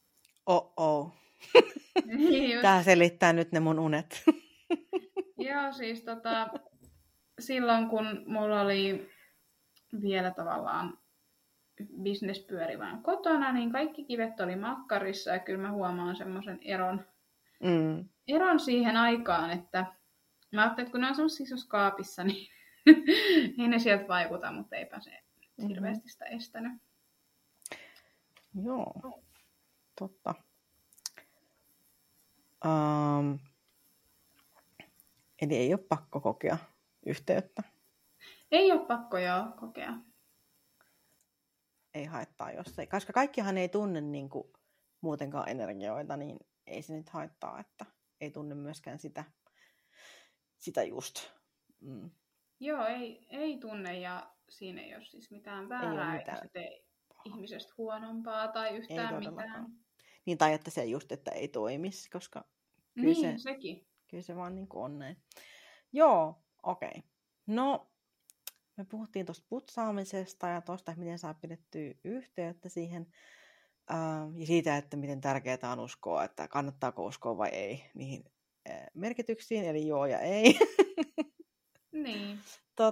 Tää selittää nyt ne mun unet. Joo, siis silloin kun mulla oli vielä tavallaan business pyöri vaan kotona, niin kaikki kivet oli makkarissa ja kyllä mä huomaan semmoisen eron siihen aikaan, että mä ajattelin, että kun ne on semmoisessa isossa kaapissa, niin ei ne sieltä vaikuta, mutta eipä se hirveästi sitä estänyt. Joo, totta. Eli ei ole pakko kokea yhteyttä. Ei ole pakko kokea. Ei haittaa, jos ei. Koska kaikkihan ei tunne niin kuin muutenkaan energioita, niin ei se nyt haittaa, että ei tunne myöskään sitä just. Joo, ei tunne ja siinä ei ole siis mitään väärää, eikä se tee ihmisestä huonompaa tai yhtään mitään. Niin, tai että se just, että ei toimisi, koska sekin. Kyllä se vaan niin kuin on näin. Joo, okei. No, me puhuttiin tuosta putsaamisesta ja tuosta, miten saa pidettyä yhteyttä siihen. Ja siitä, että miten tärkeää on uskoa, että kannattaako uskoa vai ei niihin merkityksiin, eli joo ja ei. Niin.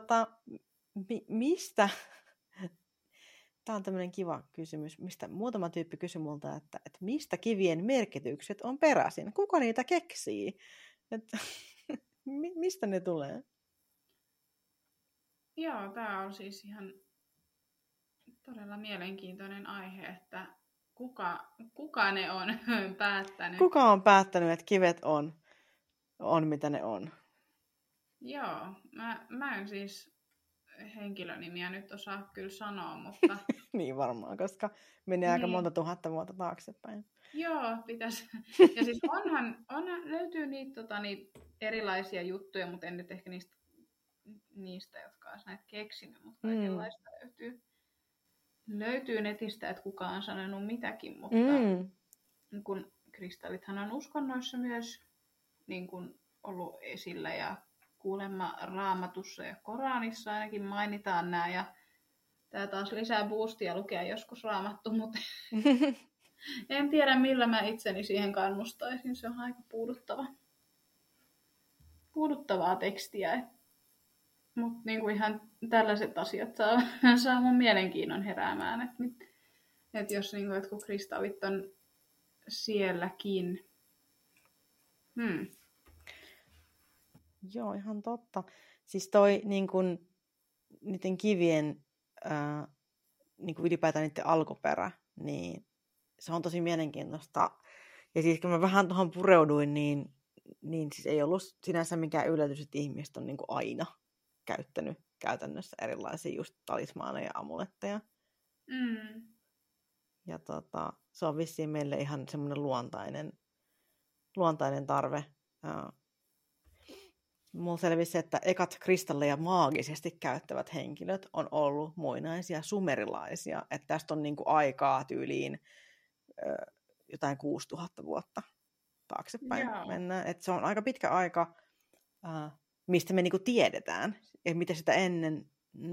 Mistä? Tämä on tämmöinen kiva kysymys, mistä muutama tyyppi kysyi multa, että mistä kivien merkitykset on peräisin? Kuka niitä keksii? Mistä ne tulee? Joo, tämä on siis ihan todella mielenkiintoinen aihe, että kuka ne on päättänyt. Kuka on päättänyt, että kivet on mitä ne on? Joo, mä en siis henkilönimiä nyt osaa kyllä sanoa, mutta... Niin varmaan, koska menee aika monta tuhatta vuotta taaksepäin. Joo, pitäisi. Ja siis löytyy niitä erilaisia juttuja, mutta en nyt ehkä niistä jotka olisi näitä keksinyt, mutta kaikenlaista löytyy netistä, että kuka on sanonut mitäkin, mutta kun kristallithan on uskonnoissa myös niin kun ollut esillä ja kuulemma Raamatussa ja Koranissa ainakin mainitaan nämä ja tämä taas lisää boostia lukea joskus Raamattu, mutta en tiedä millä mä itseni siihen kannustaisin, se on aika puuduttavaa tekstiä. Mutta niinku ihan tällaiset asiat saa mun mielenkiinnon heräämään, että jos niinku jotkut kristallit on sielläkin. Joo, ihan totta. Siis toi niin kun, niiden kivien, niin kun ylipäätään niiden alkuperä, niin se on tosi mielenkiintoista. Ja siis kun mä vähän tuohon pureuduin, niin siis ei ollut sinänsä mikään yllätys, että ihmiset on niin kuin aina käyttänyt käytännössä erilaisia just talismaaneja ja amuletteja. Ja se on vissiin meille ihan semmoinen luontainen tarve. Mulla selvisi, että ekat kristalleja maagisesti käyttävät henkilöt on ollut muinaisia sumerilaisia. Että tästä on niinku aikaa tyyliin jotain 6000 vuotta taaksepäin mennään. Että se on aika pitkä aika, mistä me niinku tiedetään. Että mitä sitä ennen,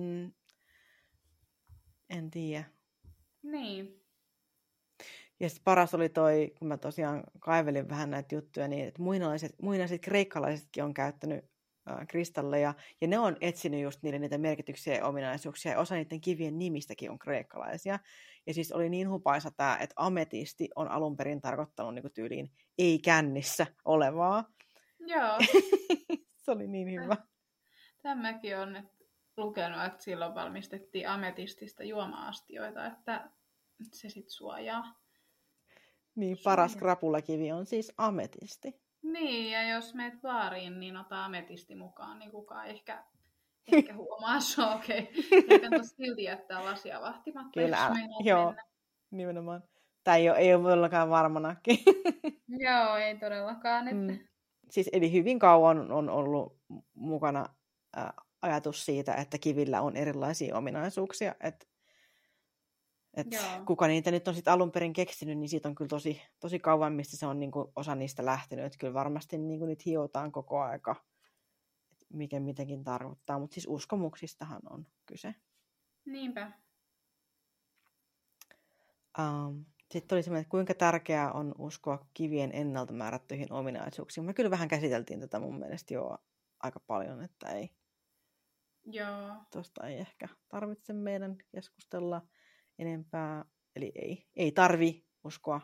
en tiedä. Niin. Ja sitten paras oli toi, kun mä tosiaan kaivelin vähän näitä juttuja, niin että muinaiset kreikkalaisetkin on käyttänyt kristalleja, ja ne on etsinyt just niitä merkityksiä ja ominaisuuksia, ja osa niiden kivien nimistäkin on kreikkalaisia. Ja siis oli niin hupaisa tämä, että ametisti on alun perin tarkoittanut niin tyyliin ei-kännissä olevaa. Joo. Se oli niin hyvä. Tämäkin on lukenut, että silloin valmistettiin ametistista juoma-astioita, että se sitten suojaa. Niin, paras krapulakivi on siis ametisti. Niin, ja jos meet baariin, niin ota ametisti mukaan, niin kukaan ehkä huomaa sua. Okei. Ja kannattaa silti jättää lasia vahtimatta, kyllä, jos meinaat joo, mennä. Nimenomaan. Tai ei ole ollenkaan varmanakin. Joo, ei todellakaan. Että... Siis, eli hyvin kauan on ollut mukana ajatus siitä, että kivillä on erilaisia ominaisuuksia. Kuka niitä nyt on sit alun perin keksinyt, niin siitä on kyllä tosi kauan, mistä se on niinku osa niistä lähtenyt. Et kyllä varmasti niinku niitä hiotaan koko aika, mikä mitenkin tarkoittaa. Mutta siis uskomuksistahan on kyse. Niinpä. Sitten oli semmoinen, että kuinka tärkeää on uskoa kivien ennalta määrättyihin ominaisuuksiin. Me kyllä vähän käsiteltiin tätä mun mielestä jo aika paljon, että ei. Joo. Tuosta ei ehkä tarvitse meidän keskustella enempää. Eli ei tarvi uskoa.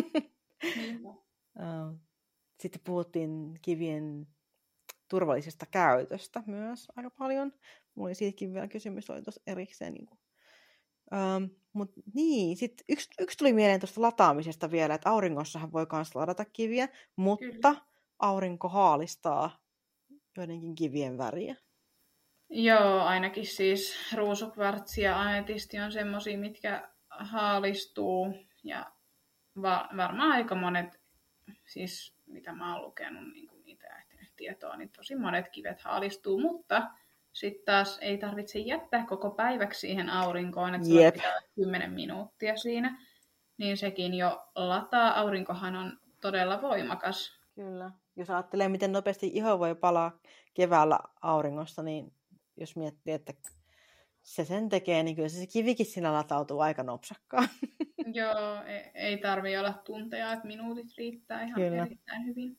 Sitten puhuttiin kivien turvallisesta käytöstä myös aika paljon. Mulla oli siitäkin vielä kysymys, oli tuossa erikseen niin kuin, Mutta niin, sitten yksi tuli mieleen tuosta lataamisesta vielä, että auringossahan voi myös ladata kiviä, mutta Kyllä. aurinko haalistaa joidenkin kivien väriä. Joo, ainakin siis ruusukvartsi ja ametisti on semmosia, mitkä haalistuu. Ja varmaan aika monet, siis mitä mä oon lukenut niin niitä tietoa, niin tosi monet kivet haalistuu, mutta sitten taas ei tarvitse jättää koko päiväksi siihen aurinkoon, että sulla pitää olla 10 minuuttia siinä, niin sekin jo lataa. Aurinkohan on todella voimakas. Kyllä. Jos ajattelee, miten nopeasti iho voi palaa keväällä auringosta, niin jos miettii, että se sen tekee, niin kyllä se kivikin siinä latautuu aika nopsakkaan. Joo, ei tarvitse olla tunteja, että minuutit riittää ihan erittäin hyvin.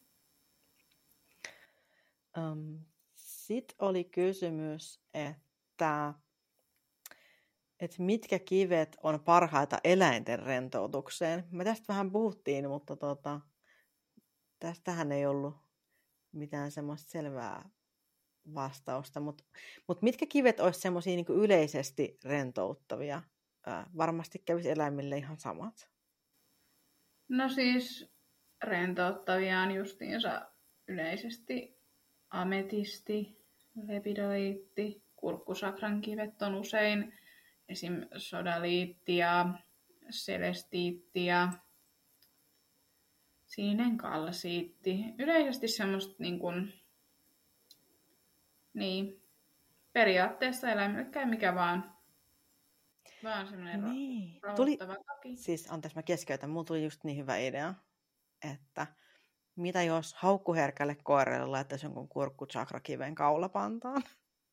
Sitten oli kysymys, että mitkä kivet on parhaita eläinten rentoutukseen. Me tästä vähän puhuttiin, mutta tästähän ei ollut mitään semmoista selvää vastausta. Mutta mitkä kivet olisi semmoisia niin kuin yleisesti rentouttavia? Varmasti kävisi eläimille ihan samat. No siis rentouttavia on justiinsa yleisesti ametisti, lepidoliitti, kurkkusakran kivet on usein esim. Sodaliitti ja selestiitti ja sininen kalsiitti. Yleisesti semmoista niin, periaatteessa eläimille käy mikä vaan semmoinen rauhoittava toki. Siis anteeksi mä keskeytän, mulla tuli just niin hyvä idea, että mitä jos haukkuherkälle koiralle laittaisi jonkun kurkkuchakrakiven kaulapantaan?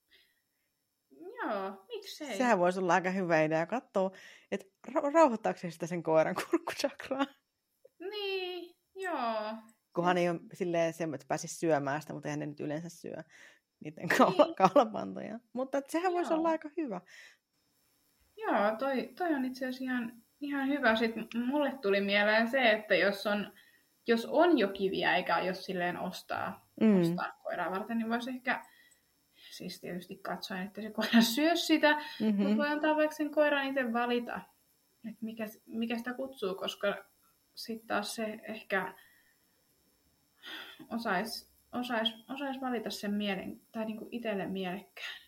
Joo, miksei? Sehän voisi olla aika hyvä idea katsoa, että rauhoittaako se sitä sen koiran kurkkuchakraa. Niin, joo. Kunhan ei ole silleen se, että pääsisi syömään sitä, mutta eihän ne nyt yleensä syö niiden kaulapantoja. Mutta sehän voisi olla aika hyvä. Joo, toi on itse asiassa ihan hyvä. Sitten mulle tuli mieleen se, että jos on jo kiviä eikä jos silleen ostaa koiraa varten, niin voisi ehkä, siis tietysti katsoen, että se koira syö sitä, mutta voi antaa vaikka sen koiran itse valita, että mikä sitä kutsuu, koska sitten taas se ehkä osaisi valita sen mielen, tai niinku itselle mielekkään.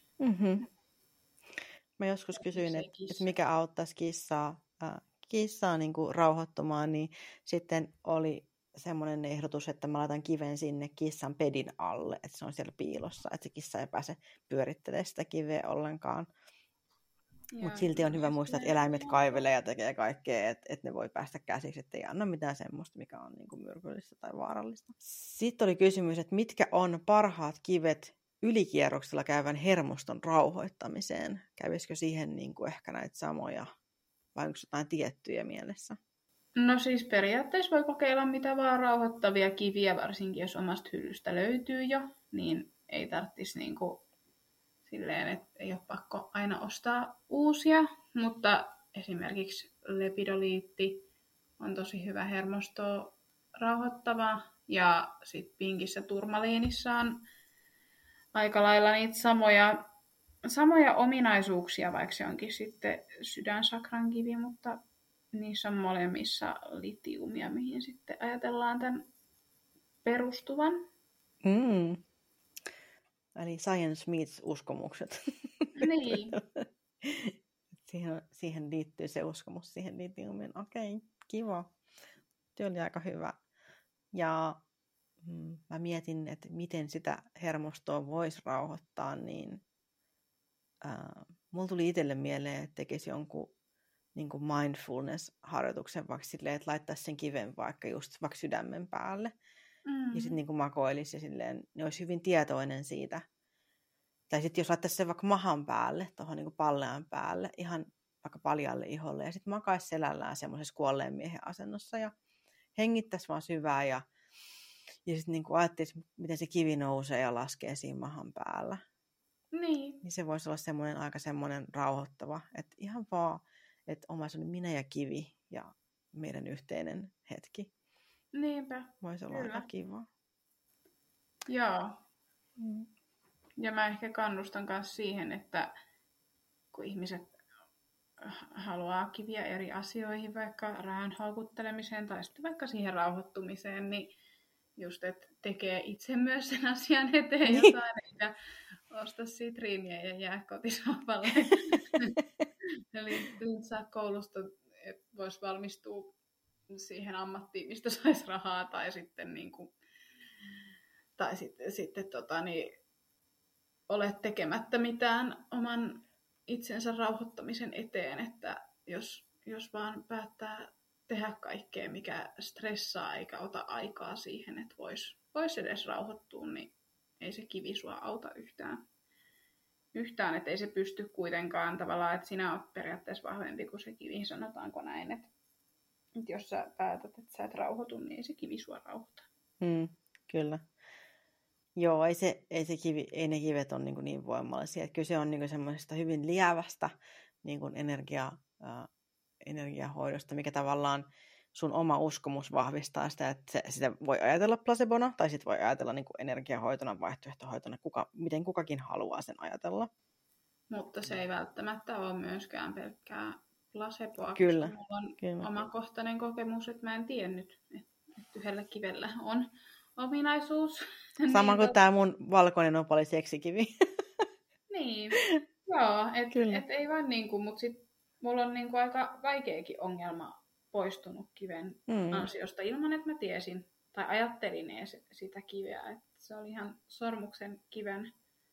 Mä joskus kysyin, että mikä auttaisi kissaa niin kuin rauhoittumaan, niin sitten oli semmoinen ehdotus, että mä laitan kiven sinne kissan pedin alle, että se on siellä piilossa, että se kissa ei pääse pyörittelemään sitä kiveä ollenkaan. Mutta silti on hyvä muistaa, että eläimet kaivelee ja tekee kaikkea, että ne voi päästä käsiksi, ettei anna mitään semmoista, mikä on niin kuin myrkyllistä tai vaarallista. Sitten oli kysymys, että mitkä on parhaat kivet ylikierroksella käyvän hermoston rauhoittamiseen? Kävisikö siihen niin kuin ehkä näitä samoja, vai onko jotain tiettyjä mielessä? No siis periaatteessa voi kokeilla mitä vaan rauhoittavia kiviä, varsinkin jos omasta hyllystä löytyy jo, niin ei tarvitsisi niinku silleen, että ei ole pakko aina ostaa uusia, mutta esimerkiksi lepidoliitti on tosi hyvä hermostoa rauhoittava, ja sitten pinkissä turmaliinissa on aika lailla niitä samoja ominaisuuksia, vaikka se onkin sitten sydänsakran kivi, mutta niissä on molemmissa litiumia, mihin sitten ajatellaan tämän perustuvan. Eli science meets uskomukset. Niin. siihen liittyy se uskomus siihen litiumiin. Okei, kiva. Työ oli aika hyvä. Ja mä mietin, että miten sitä hermostoa voisi rauhoittaa, niin mulla tuli itselle mieleen, että tekisi jonkun niin kuin mindfulness-harjoituksen vaikka silleen, että laittaisi sen kiven vaikka just vaikka sydämen päälle. Ja sitten niin kuin makoilisi ja silleen, ne olisi hyvin tietoinen siitä. Tai sitten jos laittaisi sen vaikka mahan päälle, tuohon niin kuin pallean päälle, ihan vaikka paljalle iholle, ja sitten makaisi selällään semmoisessa kuolleen miehen asennossa ja hengittäisi vaan syvää ja sitten niin ajattelisi, miten se kivi nousee ja laskee siinä mahan päällä. Niin se voisi olla aika semmoinen rauhoittava, että ihan vaan, että omaisuuden minä ja kivi ja meidän yhteinen hetki. Niinpä. Voisi olla aika kiva. Joo. Ja mä ehkä kannustan myös siihen, että kun ihmiset haluaa kiviä eri asioihin, vaikka rahan haukuttelemiseen tai sitten vaikka siihen rauhoittumiseen, niin just, että tekee itse myös sen asian eteen jotain, eikä osta sitriiniä ja jää kotisohvalle. Eli saa koulusta, että voisi valmistua siihen ammattiin, mistä saisi rahaa, tai sitten, olet tekemättä mitään oman itsensä rauhoittamisen eteen, että jos vaan päättää tehdä kaikkea, mikä stressaa eikä ota aikaa siihen, että vois edes rauhoittua, niin ei se kivi sua auta yhtään, että ei se pysty kuitenkaan tavallaan, että sinä olet periaatteessa vahvempi kuin se kivi, sanotaanko näin, että jos sä päätät, että sä et rauhoitu, niin ei se kivi sua rauhoita. Kyllä. Joo, ei ne kivet ole niin voimallisia. Kyllä se on niin semmoisesta hyvin lievästä niin energiahoidosta, mikä tavallaan sun oma uskomus vahvistaa sitä, että sitä voi ajatella placebona tai sit voi ajatella niin energiahoitona, vaihtoehtohoitona, miten kukakin haluaa sen ajatella. Mutta se ei välttämättä ole myöskään pelkkää placeboa, kyllä, koska mulla on omakohtainen kokemus, että mä en tiennyt, että yhdellä kivellä on ominaisuus. Sama kuin tämä mun valkoinen opali seksikivi. Niin, joo, et ei vaan mutta sit mulla on aika vaikeakin ongelma poistunut kiven ansiosta ilman, että mä tiesin tai ajattelin edes sitä kiveä. Et se oli ihan sormuksen kiven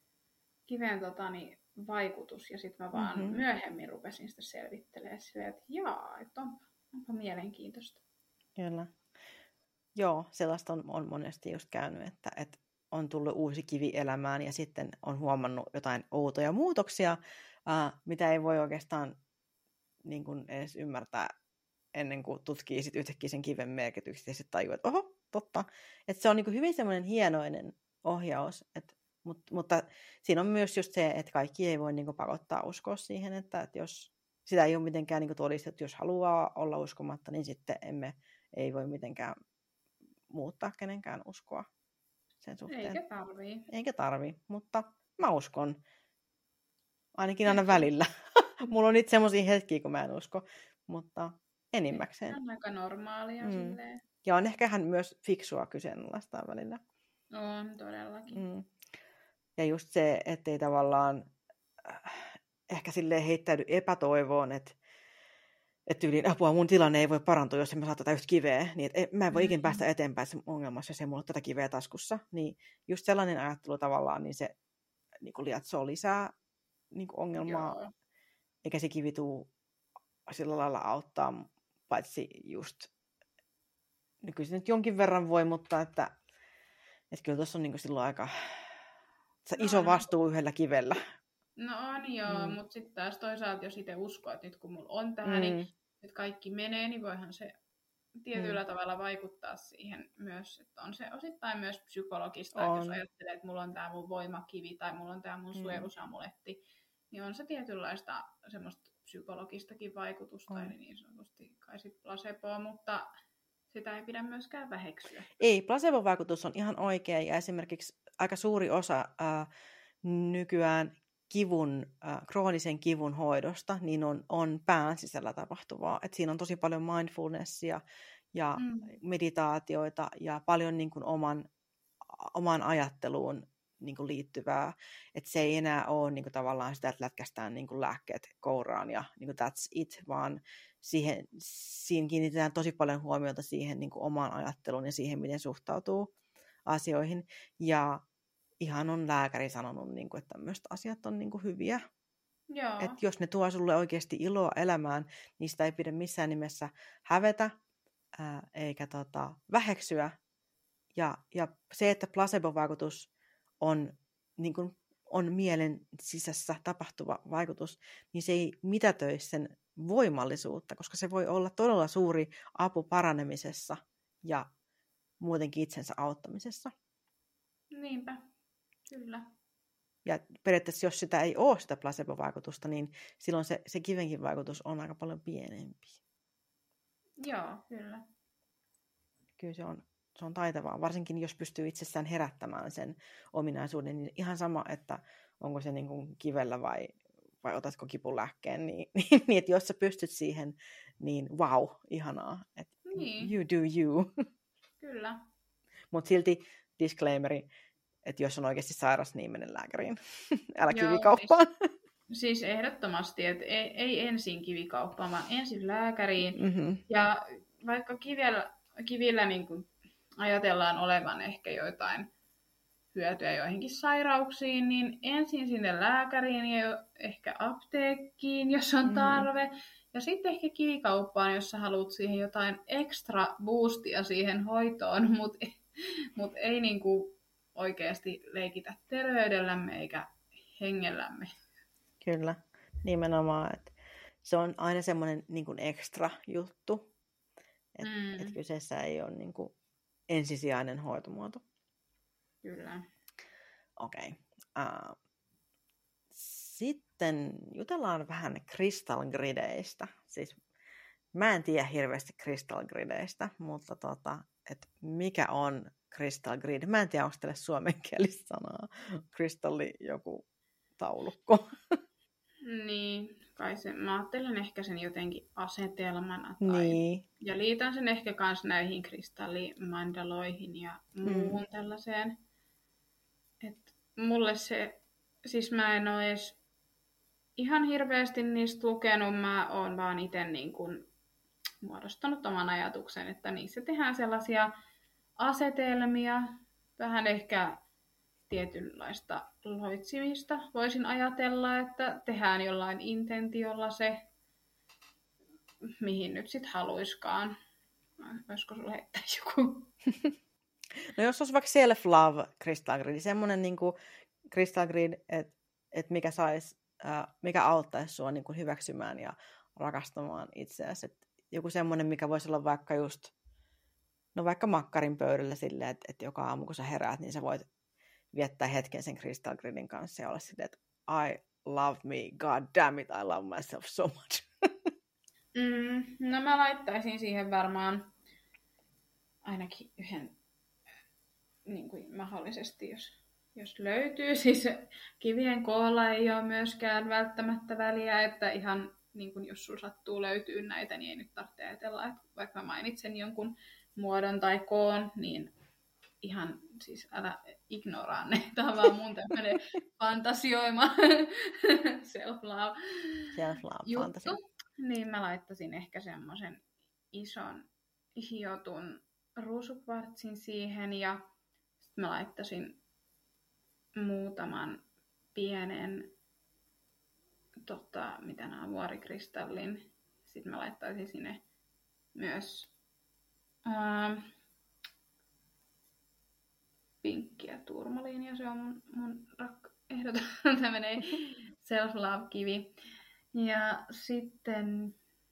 vaikutus ja sitten mä vaan myöhemmin rupesin sitä selvittelemään silleen, että että onpa mielenkiintoista. Kyllä. Joo, sellaista on monesti just käynyt, että on tullut uusi kivi elämään ja sitten on huomannut jotain outoja muutoksia, mitä ei voi oikeastaan niin kuin edes ymmärtää ennen kuin tutkii sit yhtäkkiä sen kiven merkitykset ja sitten tajuu, että oho, totta. Että se on niin kuin hyvin semmoinen hienoinen ohjaus, mutta siinä on myös just se, että kaikki ei voi niin kuin pakottaa uskoa siihen, että jos sitä ei ole mitenkään niin kuin todistettu, jos haluaa olla uskomatta, niin sitten ei voi mitenkään muuttaa kenenkään uskoa sen suhteen. Eikä tarvii, mutta mä uskon. Ainakin aina välillä. Mulla on niitä semmosia hetkiä, kun mä en usko, mutta enimmäkseen. Se on aika normaalia silleen. Ja on ehkä myös fiksua kyseenalaistaa välillä. On, todellakin. Ja just se, ettei tavallaan ehkä silleen heittäydy epätoivoon, että yliin apua, mun tilanne ei voi parantua, jos en mä saa tätä yhtä kiveä, niin mä en voi ikinä päästä eteenpäin ongelmassa, jos ei mulla ole tätä kiveä taskussa. Niin just sellainen ajattelu tavallaan, niin se niin kuin liatsoo lisää niin kuin ongelmaa, eikä se kivi tuu sillä lailla auttaa, paitsi just, no kyllä se nyt jonkin verran voi, mutta että kyllä tuossa on niin kuin silloin aika iso vastuu yhdellä kivellä. No on joo, mutta sitten taas toisaalta jos itse uskoo, että nyt kun mulla on tähän, niin nyt kaikki menee, niin voihan se tietyllä tavalla vaikuttaa siihen myös, että on se osittain myös psykologista, että jos ajattelee, että mulla on tää mun voimakivi tai mulla on tää mun suojelusamuletti, niin on se tietynlaista semmoista psykologistakin vaikutusta, eli niin sanotusti kai sit placeboa, mutta sitä ei pidä myöskään väheksyä. Ei, placebo-vaikutus on ihan oikea ja esimerkiksi aika suuri osa nykyään kroonisen kivun hoidosta niin on pään sisällä tapahtuvaa. Et siinä on tosi paljon mindfulnessia ja meditaatioita ja paljon niin kuin oman ajatteluun niin kuin liittyvää. Et se ei enää ole niin kuin tavallaan sitä, että lätkästään niin kuin lääkkeet kouraan ja niin kuin that's it, vaan siinä kiinnitetään tosi paljon huomiota siihen niin kuin omaan ajatteluun ja siihen, miten suhtautuu asioihin. Ja ihan on lääkäri sanonut, niin kuin, että tämmöiset asiat on niin kuin hyviä. Että jos ne tuo sulle oikeasti iloa elämään, niin sitä ei pidä missään nimessä hävetä eikä väheksyä. Ja se, että placebo-vaikutus niin kuin on mielen sisässä tapahtuva vaikutus, niin se ei mitätöi sen voimallisuutta, koska se voi olla todella suuri apu paranemisessa ja muutenkin itsensä auttamisessa. Niinpä, kyllä. Ja periaatteessa, jos sitä ei ole sitä placebo-vaikutusta, niin silloin se kivenkin vaikutus on aika paljon pienempi. Joo, kyllä. Kyllä se on taitavaa, varsinkin jos pystyy itsessään herättämään sen ominaisuuden, niin ihan sama, että onko se niin kuin kivellä vai vai otatko kipulääkkeen, niin että jos sä pystyt siihen, niin wow, ihanaa. Et Niin. You do you. Kyllä. Mutta silti disclaimeri, että jos on oikeasti sairas, niin mene lääkäriin. Älä Joo, kivikauppaan. Siis ehdottomasti, että ei ensin kivikauppaan, vaan ensin lääkäriin. Mm-hmm. Ja vaikka kivillä niin kuin ajatellaan olevan ehkä jotain hyötyä joihinkin sairauksiin, niin ensin sinne lääkäriin ja ehkä apteekkiin, jos on tarve. Ja sitten ehkä kivikauppaan, jos sä haluat siihen jotain extra boostia siihen hoitoon, mutta ei niin kuin oikeasti leikitä terveydellämme eikä hengellämme. Kyllä, nimenomaan. Että se on aina semmoinen niin kuin extra juttu, että kyseessä ei ole niin kuin ensisijainen hoitomuoto. Kyllä. Okei. Sitten jutellaan vähän crystal grideistä. Siis mä en tiedä hirveästi crystal grideistä, mutta että mikä on crystal grid? Mä en tiedä, onko teille suomenkielistä sanaa. Kristalli joku taulukko. Niin, kai se, mä ajattelen ehkä sen jotenkin asetelmana. Ja liitän sen ehkä kans näihin kristallimandaloihin ja muuhun tällaiseen. Et mulle se, siis mä en ole edes ihan hirveästi niistä lukenut, mä oon vaan itse niin kuin muodostanut oman ajatuksen, että niissä tehdään sellaisia asetelmia, vähän ehkä tietynlaista loitsimista. Voisin ajatella, että tehdään jollain intentiolla se, mihin nyt sitten haluiskaan. Voisiko sulle heittää joku? No jos olisi vaikka self-love crystal grid, semmoinen niin kuin crystal grid, että mikä auttaisi sua niin kuin hyväksymään ja rakastamaan itseäsi. Et joku semmoinen, mikä voisi olla vaikka just, no vaikka makkarin pöydällä silleen, että joka aamu kun sä heräät, niin sä voit viettää hetken sen crystal gridin kanssa ja olla silleen, että I love me, god damn it, I love myself so much. No mä laittaisin siihen varmaan ainakin yhden, niin kuin mahdollisesti, jos löytyy. Siis kivien koolla ei ole myöskään välttämättä väliä, että ihan niin kuin jos sulla sattuu löytyy näitä, niin ei nyt tarvitse ajatella, että vaikka mä mainitsen jonkun muodon tai koon, niin ihan siis älä ignoraa ne. Tämä on vaan mun tämmöinen fantasioima self-love fantasia. Niin mä laittaisin ehkä semmoisen ison hiotun ruusukvartsin siihen ja sitten mä laittaisin muutaman pienen mitä nämä on, vuorikristallin. Sitten mä laittaisin sinne myös pinkkiä turmaliinia. Se on mun ehdoton tämmönen self-love-kivi. Ja sitten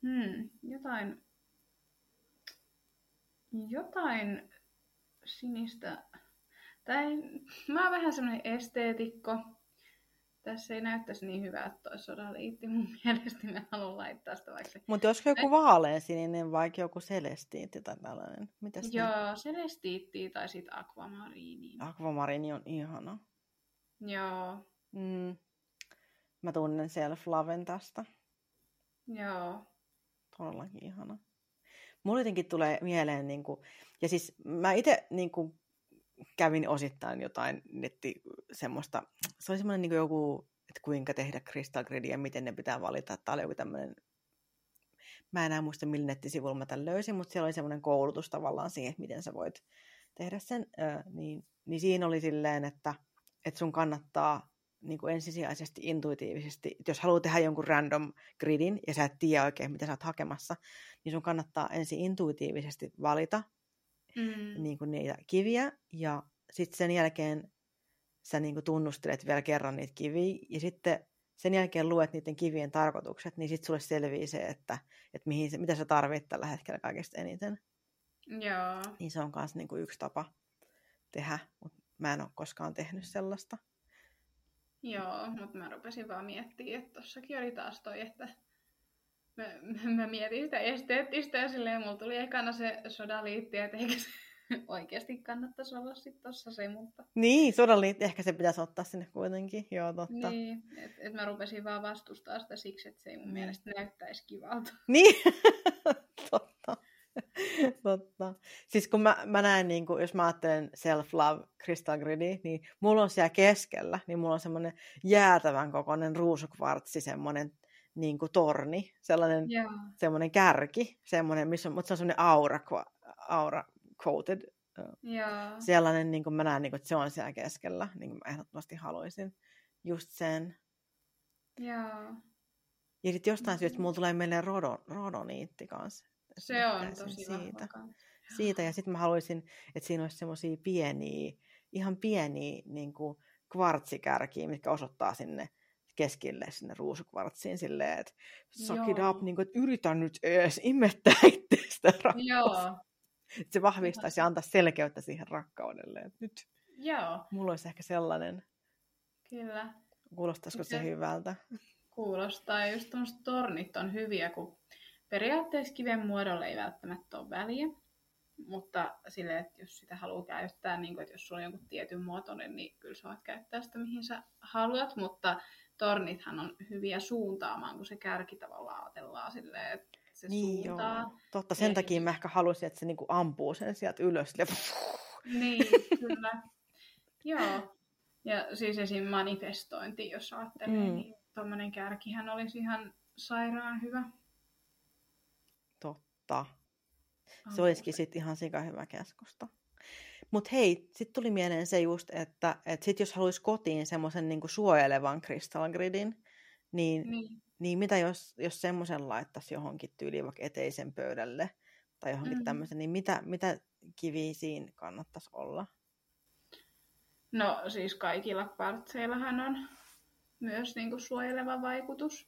jotain sinistä. Mä oon vähän semmoinen esteetikko. Tässä ei näyttäisi niin hyvältä toi sodaliitti mun mielestä. Mä haluan laittaa sitä vaikka. Mutta olisiko joku vaaleansininen vai joku celestiitti tai tällainen? Mitäs Joo, celestiitti tai sit akvamariini. Akvamariini on ihana. Joo. Mä tunnen self-laven tästä. Joo. Todellakin ihana. Mulla jotenkin tulee mieleen, ja siis mä itse kävin osittain jotain semmoista, se oli semmoinen joku, että kuinka tehdä crystal gridia ja miten ne pitää valita. Tämä oli joku tämmöinen, mä enää muista millä nettisivulla mä tämän löysin, mutta siellä oli semmoinen koulutus tavallaan siihen, että miten sä voit tehdä sen. Niin siinä oli silleen, että sun kannattaa ensisijaisesti intuitiivisesti, että jos haluat tehdä jonkun random gridin ja sä et tiedä oikein, mitä sä oot hakemassa, niin sun kannattaa ensin intuitiivisesti valita niitä kiviä ja sitten sen jälkeen sä tunnustelet vielä kerran niitä kiviä ja sitten sen jälkeen luet niiden kivien tarkoitukset, niin sitten sulle selviää se, että mitä sä tarvitset tällä hetkellä kaikista eniten. Joo. Niin se on myös yksi tapa tehdä, mutta mä en ole koskaan tehnyt sellaista. Joo, mutta mä rupesin vaan miettimään, että tossakin oli taas toi, että mä mietin sitä esteettistä ja silleen mulla tuli ekana se sodaliitti, että oikeasti kannattaisi olla sitten tossa se, mutta... Niin, sodalit, ehkä se pitäisi ottaa sinne kuitenkin, joo totta. Niin, että mä rupesin vaan vastustaa sitä siksi, että se ei mun mielestä näyttäisi kivalta. Niin, totta. Totta. Siis kun mä näen, niin kun, jos mä ajattelen self-love Crystal Gridia, niin mulla on siellä keskellä, niin mulla on semmoinen jäätävän kokoinen ruusukvartsi, semmoinen niin kuin torni, semmoinen kärki, semmoinen, mutta se on semmoinen aura coated, sellainen, niin kuin mä näen, niin kuin, että se on siellä keskellä, niin kuin mä ehdottomasti haluaisin just sen. Joo. Ja sitten jostain syystä mulla tulee meille rodoniitti kanssa. Se on tosi siitä. Ja sitten mä haluaisin, että siinä olisi semmoisia ihan pieniä niin kuin kvartsikärkiä, mitkä osoittaa sinne keskille, sinne ruusukvartsiin silleen, että suck it up, niin kuin, että yritä nyt edes imettää itsestä rakkaus. Se vahvistaisi ja antaisi selkeyttä siihen rakkaudelle. Että nyt mulla olisi ehkä sellainen. Kyllä. Kuulostaisiko se hyvältä? Kuulostaa. Just tuommoiset tornit on hyviä, kun periaatteessa kiven muodolla ei välttämättä ole väliä, mutta silleen, että jos sitä haluaa käyttää, niin kuin, että jos sulla on jonkun tietyn muotoinen, niin kyllä sä voit käyttää sitä, mihin sä haluat, mutta tornithan on hyviä suuntaamaan, kun se kärki tavallaan ajatellaan silleen, että se suuntaa. Joo. Totta, sen takia mä ehkä halusin, että se niinku ampuu sen sieltä ylös. Niin, kyllä. Joo. Ja siis esim. Manifestointi, jos ajattelee, niin tommonen kärkihän olisi ihan sairaan hyvä. Totta. Se olisikin sitten ihan sika hyvä keskusta. Mutta hei, sitten tuli mieleen se just, että sit jos haluaisi kotiin semmoisen niinku suojelevan Crystal Gridin, niin mitä jos semmoisen laittaisi johonkin tyyliin vaikka eteisen pöydälle tai johonkin tämmöisen, niin mitä kiviä siinä kannattaisi olla? No siis kaikilla kvartseillahan on myös niinku suojeleva vaikutus.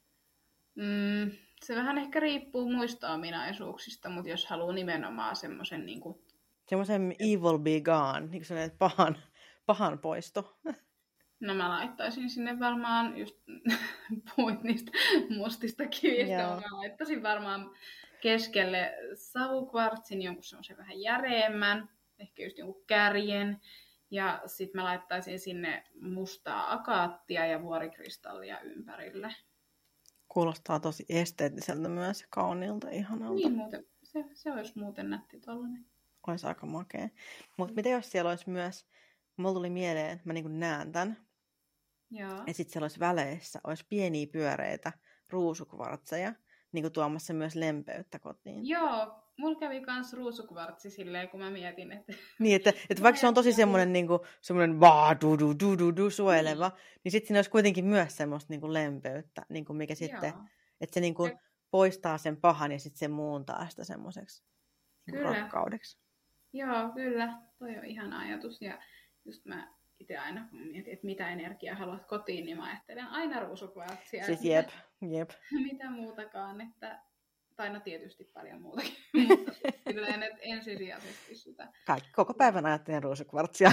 Se vähän ehkä riippuu muista ominaisuuksista, mutta jos haluaa nimenomaan semmoisen niinku... Semmoisen evil be gone, niin kuin pahan poisto. No mä laittaisin sinne varmaan, just puhuit niistä mustista kivistä, mutta mä laittaisin varmaan keskelle savukvartsin jonkun semmoisen vähän järeemmän, ehkä just jonkun kärjen. Ja sitten mä laittaisin sinne mustaa akaattia ja vuorikristallia ympärille. Kuulostaa tosi esteettiseltä myös, kauniilta, ihanalta. Niin muuten, se olisi muuten nätti tollainen. Olisi aika makea. Mutta mitä jos siellä olisi myös, mulla tuli mieleen, mä niin näen tämän. Joo. Ja sitten siellä olisi väleissä, olisi pieniä pyöreitä ruusukvartseja, niin tuomassa myös lempeyttä kotiin. Joo, mulla kävi kans ruusukvartsi silleen, kun mä mietin, että... Niin, että vaikka se on tosi semmoinen niinku, suojeleva, niin sitten siinä olisi kuitenkin myös semmoista niinku lempeyttä, niinku mikä sitten, että se niinku poistaa sen pahan ja sitten se muuntaa sitä semmoiseksi niinku rakkaudeksi. Joo, kyllä. Toi on ihana ajatus. Ja just mä itse aina, kun mietin, että mitä energiaa haluat kotiin, niin mä ajattelen aina ruusukvartsia. Siis jep. Mitä muutakaan, että... Tai no tietysti paljon muutakin, mutta silleen, että ensisijaisesti sitä. Koko päivän ajattelen ruusukvartsia.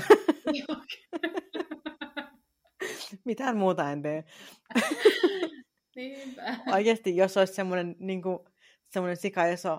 Mitään muuta en tee. Niinpä. Oikeasti, jos olisi semmoinen sika iso,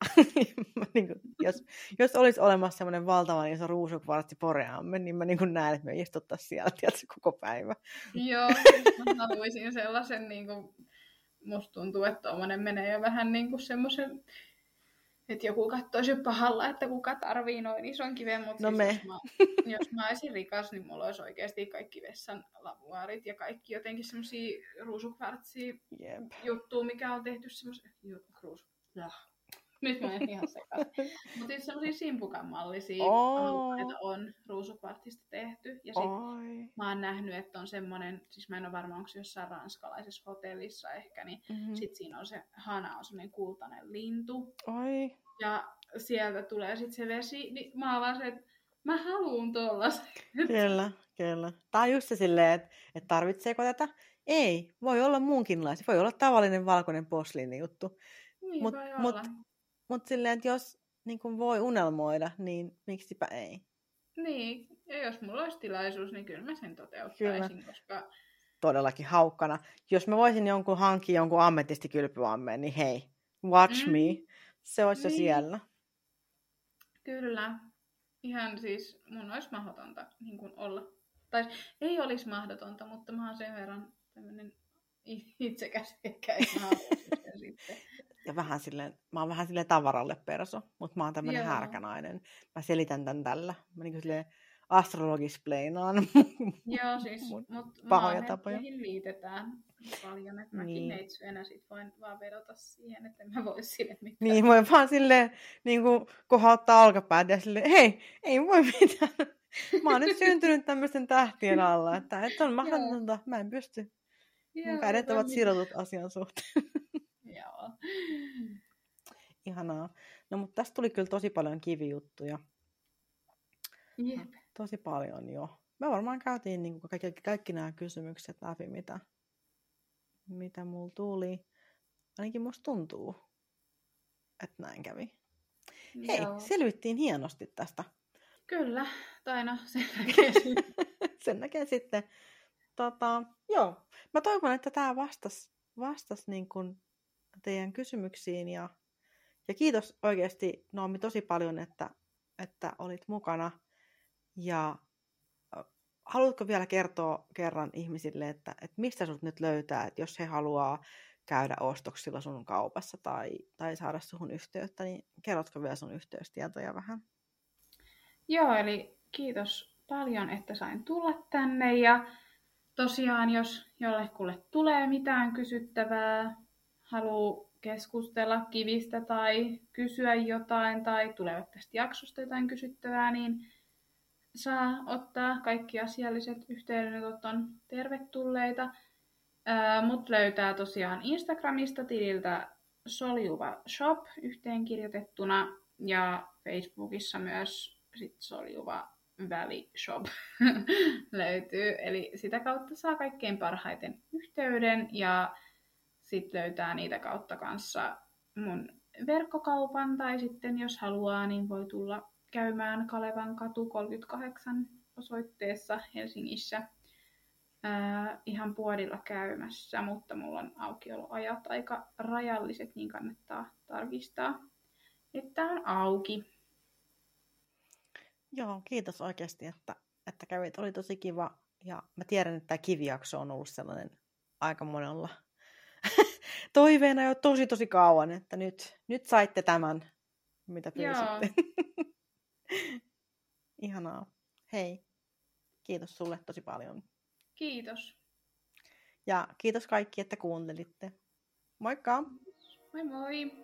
jos olisi olemassa semmoinen valtavan iso ruusukvartsi poreamme, niin mä näen, että me istuttaisiin siellä koko päivä. Joo, mä haluaisin sellaisen... Musta tuntuu, että tommonen menee jo vähän niinku semmoisen, että joku katsoisi pahalla, että kuka tarvii noin ison kiven, mutta no siis jos mä olisin rikas, niin mulla olisi oikeasti kaikki vessan lavuaarit ja kaikki jotenkin semmosia ruusukvartsia juttuja, mikä on tehty semmoisen... Nyt mä en ihan sekaisin. Mutta siis semmosia simpukan mallisia alueita on ruusukvartista tehty. Ja sit mä oon nähnyt, että on semmonen, siis mä en ole varma, onko se jossain ranskalaisessa hotellissa ehkä, niin sit siinä on se hana, on semmonen kultainen lintu. Oi. Ja sieltä tulee sit se vesi, niin mä oon vaan se, että mä haluun tollasen. Kyllä. Tää on just se silleen, että tarvitseeko tätä? Ei, voi olla muunkinlaisia. Voi olla tavallinen valkoinen posliinijuttu. Niin, voi olla. Mutta silleen, että jos niin kun voi unelmoida, niin miksipä ei? Niin, ja jos mulla olisi tilaisuus, niin kyllä mä sen toteuttaisin, koska... Todellakin haukkana. Jos mä voisin hankkia jonkun ammetistikylpyammeen, niin hei, watch me. Se olisi jo siellä. Kyllä. ihan siis mun olisi mahdotonta niin kuin olla. Tai ei olisi mahdotonta, mutta mä oon sen verran tämmönen itsekäs ehkä, että mä haluaisin sen sitten. Ja vähän silleen, mä oon vähän silleen tavaralle perso, mutta mä oon tämmönen Joo. härkänainen. Mä selitän tän tällä. Mä niinku silleen astrologispleinaan Joo, siis, mun mutta pahoja tapoja. maaneitsyöihin liitetään paljon, että mäkin Niin. neitsyönä sit voin vaan vedota siihen, että en mä voi sille mitään. Niin, voi vaan silleen niinku kohauttaa olkapäät ja silleen, hei, ei voi mitään. Mä oon nyt syntynyt tämmöisten tähtien alla, että on mahdotonta, mä en pysty. Mun kädet ovat sidotut asian suhteen. Joo. Ihanaa. No, mutta tästä tuli kyllä tosi paljon kivijuttuja. Jep. Tosi paljon jo. Me varmaan käytiin niin kuin kaikki nämä kysymykset läpi, mitä mulla tuli. Ainakin musta tuntuu, että näin kävi. Hei, Joo. selvittiin hienosti tästä. Kyllä, tai no sen näkee sitten. Sen näkee sitten. Joo, mä toivon, että tämä vastasi niin kuin teidän kysymyksiin. Ja kiitos oikeasti, Noomi, tosi paljon, että olit mukana. Ja haluatko vielä kertoa kerran ihmisille, että mistä sut nyt löytää, että jos he haluaa käydä ostoksilla sun kaupassa tai saada suhun yhteyttä, niin kerrotko vielä sun yhteystietoja vähän? Joo, eli kiitos paljon, että sain tulla tänne. Ja tosiaan, jos jollekulle tulee mitään kysyttävää, haluaa keskustella kivistä tai kysyä jotain tai tulee tästä jaksosta jotain kysyttävää, niin saa ottaa kaikki asialliset yhteydenotot on tervetulleita. Mut löytää tosiaan Instagramista tililtä Soljuva Shop yhteenkirjoitettuna ja Facebookissa myös sit Soljuva Väli Shop löytyy. Eli sitä kautta saa kaikkein parhaiten yhteyden ja sitten löytää niitä kautta kanssa mun verkkokaupan tai sitten jos haluaa, niin voi tulla käymään Kalevan katu 38 osoitteessa Helsingissä ihan puodilla käymässä, mutta mulla on aukioloajat aika rajalliset, niin kannattaa tarkistaa, että on auki. Joo, kiitos oikeasti, että kävit. Oli tosi kiva. Ja mä tiedän, että tämä kivijakso on ollut sellainen aika monella toiveena jo tosi kauan, että nyt saitte tämän, mitä pyysitte. Ihanaa. Hei, kiitos sulle tosi paljon. Kiitos. Ja kiitos kaikki, että kuuntelitte. Moikka! Moi moi!